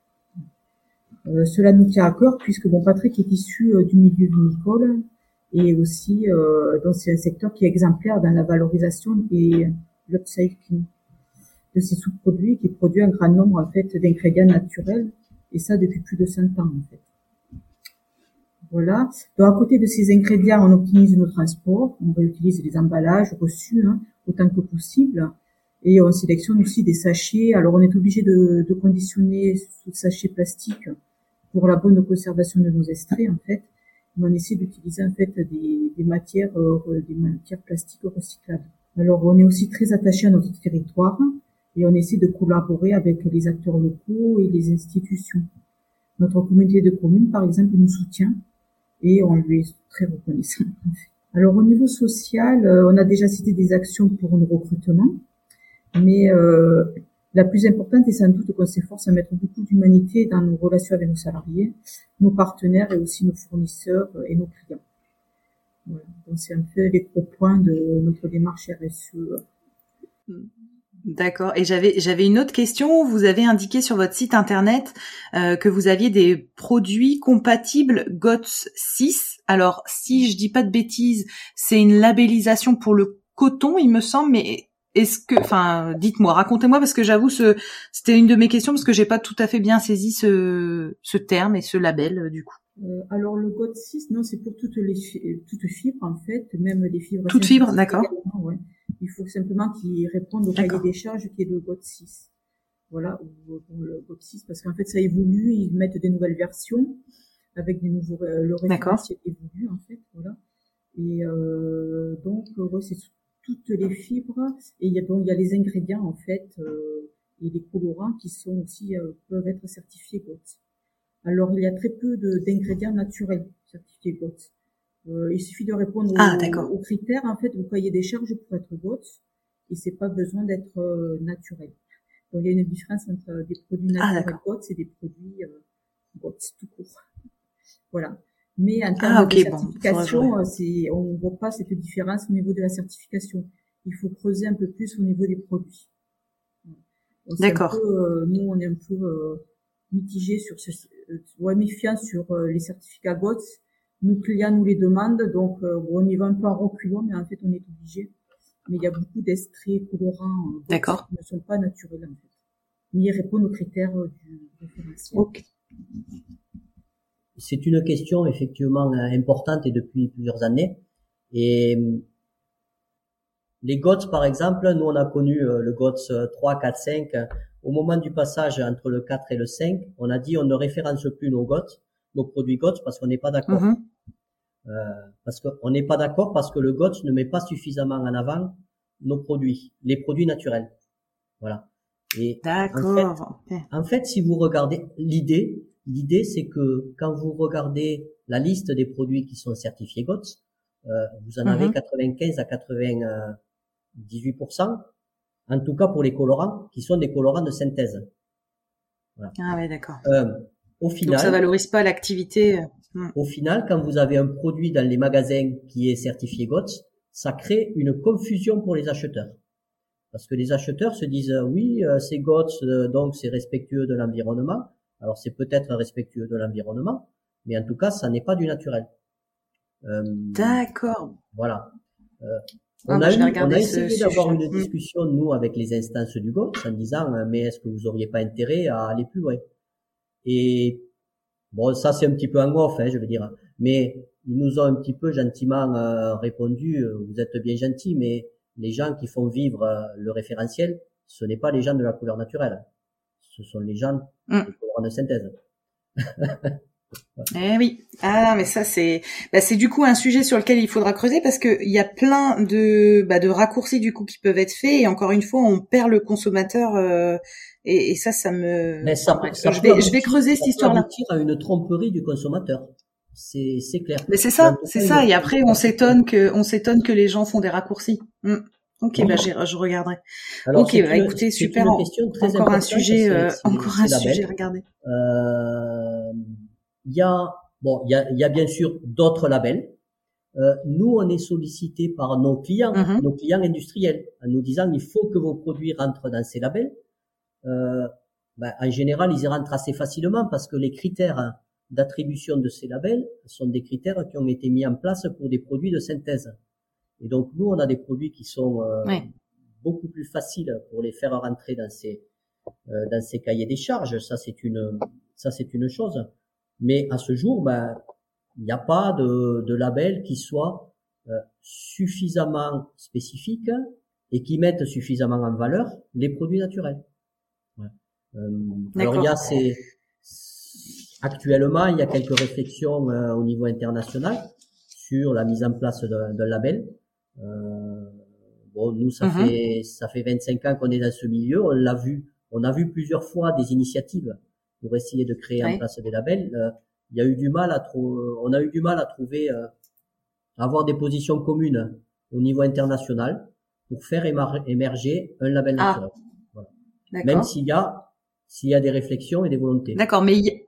Euh, cela nous tient à cœur puisque bon, Patrick est issu euh, du milieu vinicole et aussi euh, donc c'est un secteur qui est exemplaire dans la valorisation et l'upcycling de ces sous-produits qui produit un grand nombre en fait d'ingrédients naturels et ça depuis plus de cent ans en fait. Voilà. Donc, à côté de ces ingrédients, on optimise nos transports, on réutilise les emballages reçus hein, autant que possible, et on sélectionne aussi des sachets. Alors, on est obligé de, de conditionner ce sachet plastique pour la bonne conservation de nos extraits, en fait. Mais on essaie d'utiliser en fait des, des matières, euh, des matières plastiques recyclables. Alors, on est aussi très attaché à notre territoire et on essaie de collaborer avec les acteurs locaux et les institutions. Notre communauté de communes, par exemple, nous soutient. Et on lui est très reconnaissant. Alors au niveau social, euh, on a déjà cité des actions pour nos recrutements, mais euh, la plus importante est sans doute qu'on s'efforce à mettre beaucoup d'humanité dans nos relations avec nos salariés, nos partenaires et aussi nos fournisseurs et nos clients. Voilà. Donc c'est un peu les gros points de notre démarche R S E. D'accord. Et j'avais j'avais une autre question. Vous avez indiqué sur votre site internet euh, que vous aviez des produits compatibles G O T S six. Alors, si je dis pas de bêtises, c'est une labellisation pour le coton, il me semble. Mais est-ce que, enfin, dites-moi, racontez-moi parce que j'avoue, ce c'était une de mes questions parce que j'ai pas tout à fait bien saisi ce ce terme et ce label euh, du coup. Euh, alors le G O T S six, non, c'est pour toutes les toutes fibres en fait, même les fibres. Toutes fibres, d'accord. Ouais. Il faut simplement qu'ils répondent au cahier des charges qui est le G O T S six. Voilà, ou, ou le G O T S six, parce qu'en fait ça évolue, ils mettent des nouvelles versions avec des nouveaux, euh, le référentiel évolue en fait, voilà. Et euh, donc ouais, c'est toutes les fibres et il y a donc il y a les ingrédients en fait euh, et les colorants qui sont aussi euh, peuvent être certifiés G O T S. Alors il y a très peu de d'ingrédients naturels certifiés G O T S. Euh, il suffit de répondre ah, aux, aux critères en fait, au cahier des charges pour être G O T S et c'est pas besoin d'être euh, naturel. Donc il y a une différence entre des produits naturels ah, G O T S et des produits euh, G O T S tout court. Voilà. Mais en termes Ah, ok, de bon, certification, faudra c'est, on voit pas cette différence au niveau de la certification. Il faut creuser un peu plus au niveau des produits. Donc, c'est un D'accord. peu, euh, nous, on est un peu euh, mitigé sur ce, euh, ouais, méfiant sur euh, les certificats G O T S. Nos clients nous les demandent, donc euh, bon, on y va un peu en reculant, mais en fait, on est obligé. Mais il y a beaucoup d'extraits colorants euh, G O T S D'accord. qui ne sont pas naturels, en fait. Mais ils répondent aux critères euh, du référentiel. Ok. C'est une question effectivement importante et depuis plusieurs années. Et les G O T S, par exemple, nous on a connu le G O T S trois, quatre, cinq. Au moment du passage entre le quatre et le cinq, on a dit on ne référence plus nos G O T S, nos produits G O T S, parce qu'on n'est pas d'accord. Mm-hmm. Euh, parce qu'on n'est pas d'accord parce que le G O T S ne met pas suffisamment en avant nos produits, les produits naturels. Voilà. Et D'accord. En fait, en fait, si vous regardez l'idée, l'idée c'est que quand vous regardez la liste des produits qui sont certifiés G O T S, euh, vous en avez Mm-hmm. quatre-vingt-quinze à quatre-vingt-dix-huit pour cent, en tout cas pour les colorants, qui sont des colorants de synthèse. Voilà. Ah ouais, d'accord. Euh, au final, donc ça valorise pas l'activité. Au final, quand vous avez un produit dans les magasins qui est certifié G O T S, ça crée une confusion pour les acheteurs. Parce que les acheteurs se disent euh, oui, euh, c'est G O T S, euh, donc c'est respectueux de l'environnement. Alors c'est peut-être respectueux de l'environnement, mais en tout cas, ça n'est pas du naturel. Euh, D'accord. Voilà. Euh, Ah, on, bah, a je vais eu, regarder on a ce essayé sujet. d'avoir une Mm. discussion, nous, avec les instances du G O T S, en disant euh, mais est-ce que vous auriez pas intérêt à aller plus loin? Et bon, ça c'est un petit peu en off, hein, je veux dire. Mais ils nous ont un petit peu gentiment euh, répondu, euh, vous êtes bien gentils, mais les gens qui font vivre euh, le référentiel, ce n'est pas les gens de la couleur naturelle. Ce sont les gens Mm. de colorants de synthèse. Eh oui. Ah, mais ça c'est, bah, c'est du coup un sujet sur lequel il faudra creuser parce que il y a plein de, bah, de raccourcis du coup qui peuvent être faits et encore une fois on perd le consommateur euh, et, et ça, ça me. Mais ça, Enfin, bref, ça je peut vais, aboutir, je vais creuser cette histoire-là. Ça peut aboutir à une tromperie du consommateur. C'est, c'est clair. Mais c'est ça, c'est ça. Et après on s'étonne que, on s'étonne que les gens font des raccourcis. Mm. Ok, oui. bah j'ai, je regarderai. Alors, ok, bah une, écoutez, super. Une question très encore un sujet, c'est, euh, c'est, encore c'est un sujet. Regardez. Euh, il y a, bon, il y a, il y a bien sûr d'autres labels. Euh, nous, on est sollicité par nos clients, Mm-hmm. nos clients industriels, en nous disant il faut que vos produits rentrent dans ces labels. Euh, ben, en général, ils y rentrent assez facilement parce que les critères d'attribution de ces labels sont des critères qui ont été mis en place pour des produits de synthèse. Et donc, nous, on a des produits qui sont euh, oui. beaucoup plus faciles pour les faire rentrer dans ces euh, dans ces cahiers des charges. Ça, c'est une ça, c'est une chose. Mais à ce jour, ben, il n'y a pas de, de label qui soit euh, suffisamment spécifique et qui mette suffisamment en valeur les produits naturels. Ouais. Euh, alors il y a ces, actuellement il y a quelques réflexions euh, au niveau international sur la mise en place d'un, d'un label. Euh, bon, nous ça mm-hmm. fait ça fait vingt-cinq ans qu'on est dans ce milieu, on l'a vu, on a vu plusieurs fois des initiatives pour essayer de créer ouais. en place des labels. Euh, il y a eu du mal à trouver, on a eu du mal à trouver, euh, à avoir des positions communes au niveau international pour faire émerger un label naturel. Ah. Voilà. Même s'il y a, s'il y a des réflexions et des volontés. D'accord, mais y...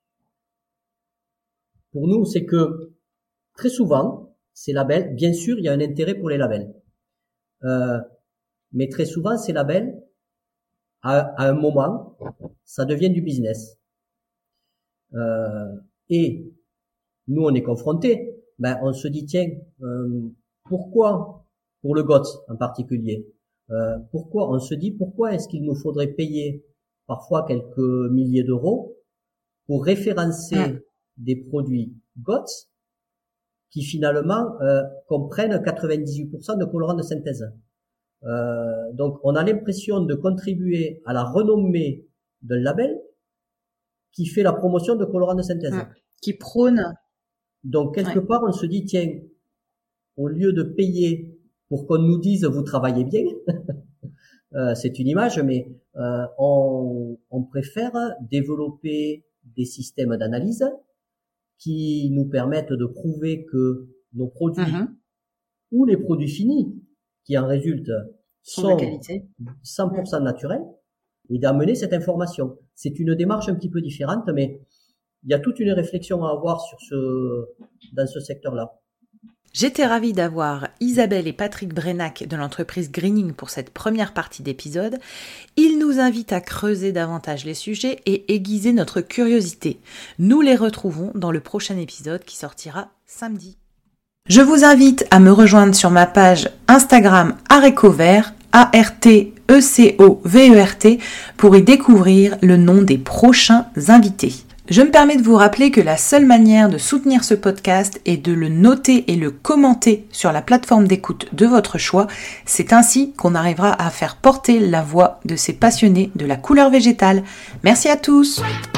pour nous, c'est que très souvent, ces labels, bien sûr, il y a un intérêt pour les labels, euh, mais très souvent, ces labels, à, à un moment, ça devient du business. Euh, et nous, on est confrontés. Ben, on se dit tiens, euh, pourquoi pour le G O T S en particulier, euh, pourquoi on se dit pourquoi est-ce qu'il nous faudrait payer parfois quelques milliers d'euros pour référencer mmh. des produits G O T S qui finalement euh, comprennent quatre-vingt-dix-huit pour cent de colorants de synthèse. Euh, donc, on a l'impression de contribuer à la renommée d'un label qui fait la promotion de colorants de synthèse. Mmh. Qui prône. Donc, quelque ouais. part, on se dit, tiens, au lieu de payer pour qu'on nous dise vous travaillez bien, euh, c'est une image, mais euh, on, on préfère développer des systèmes d'analyse qui nous permettent de prouver que nos produits mmh. ou les produits finis qui en résultent sont, sont de qualité. cent pour cent mmh. naturels et d'amener cette information. C'est une démarche un petit peu différente, mais il y a toute une réflexion à avoir sur ce, dans ce secteur-là. J'étais ravie d'avoir Isabelle et Patrick Brenac de l'entreprise Greening pour cette première partie d'épisode. Ils nous invitent à creuser davantage les sujets et aiguiser notre curiosité. Nous les retrouvons dans le prochain épisode qui sortira samedi. Je vous invite à me rejoindre sur ma page Instagram Arécovert, A R T E C O V E R T, pour y découvrir le nom des prochains invités. Je me permets de vous rappeler que la seule manière de soutenir ce podcast est de le noter et le commenter sur la plateforme d'écoute de votre choix. C'est ainsi qu'on arrivera à faire porter la voix de ces passionnés de la couleur végétale. Merci à tous!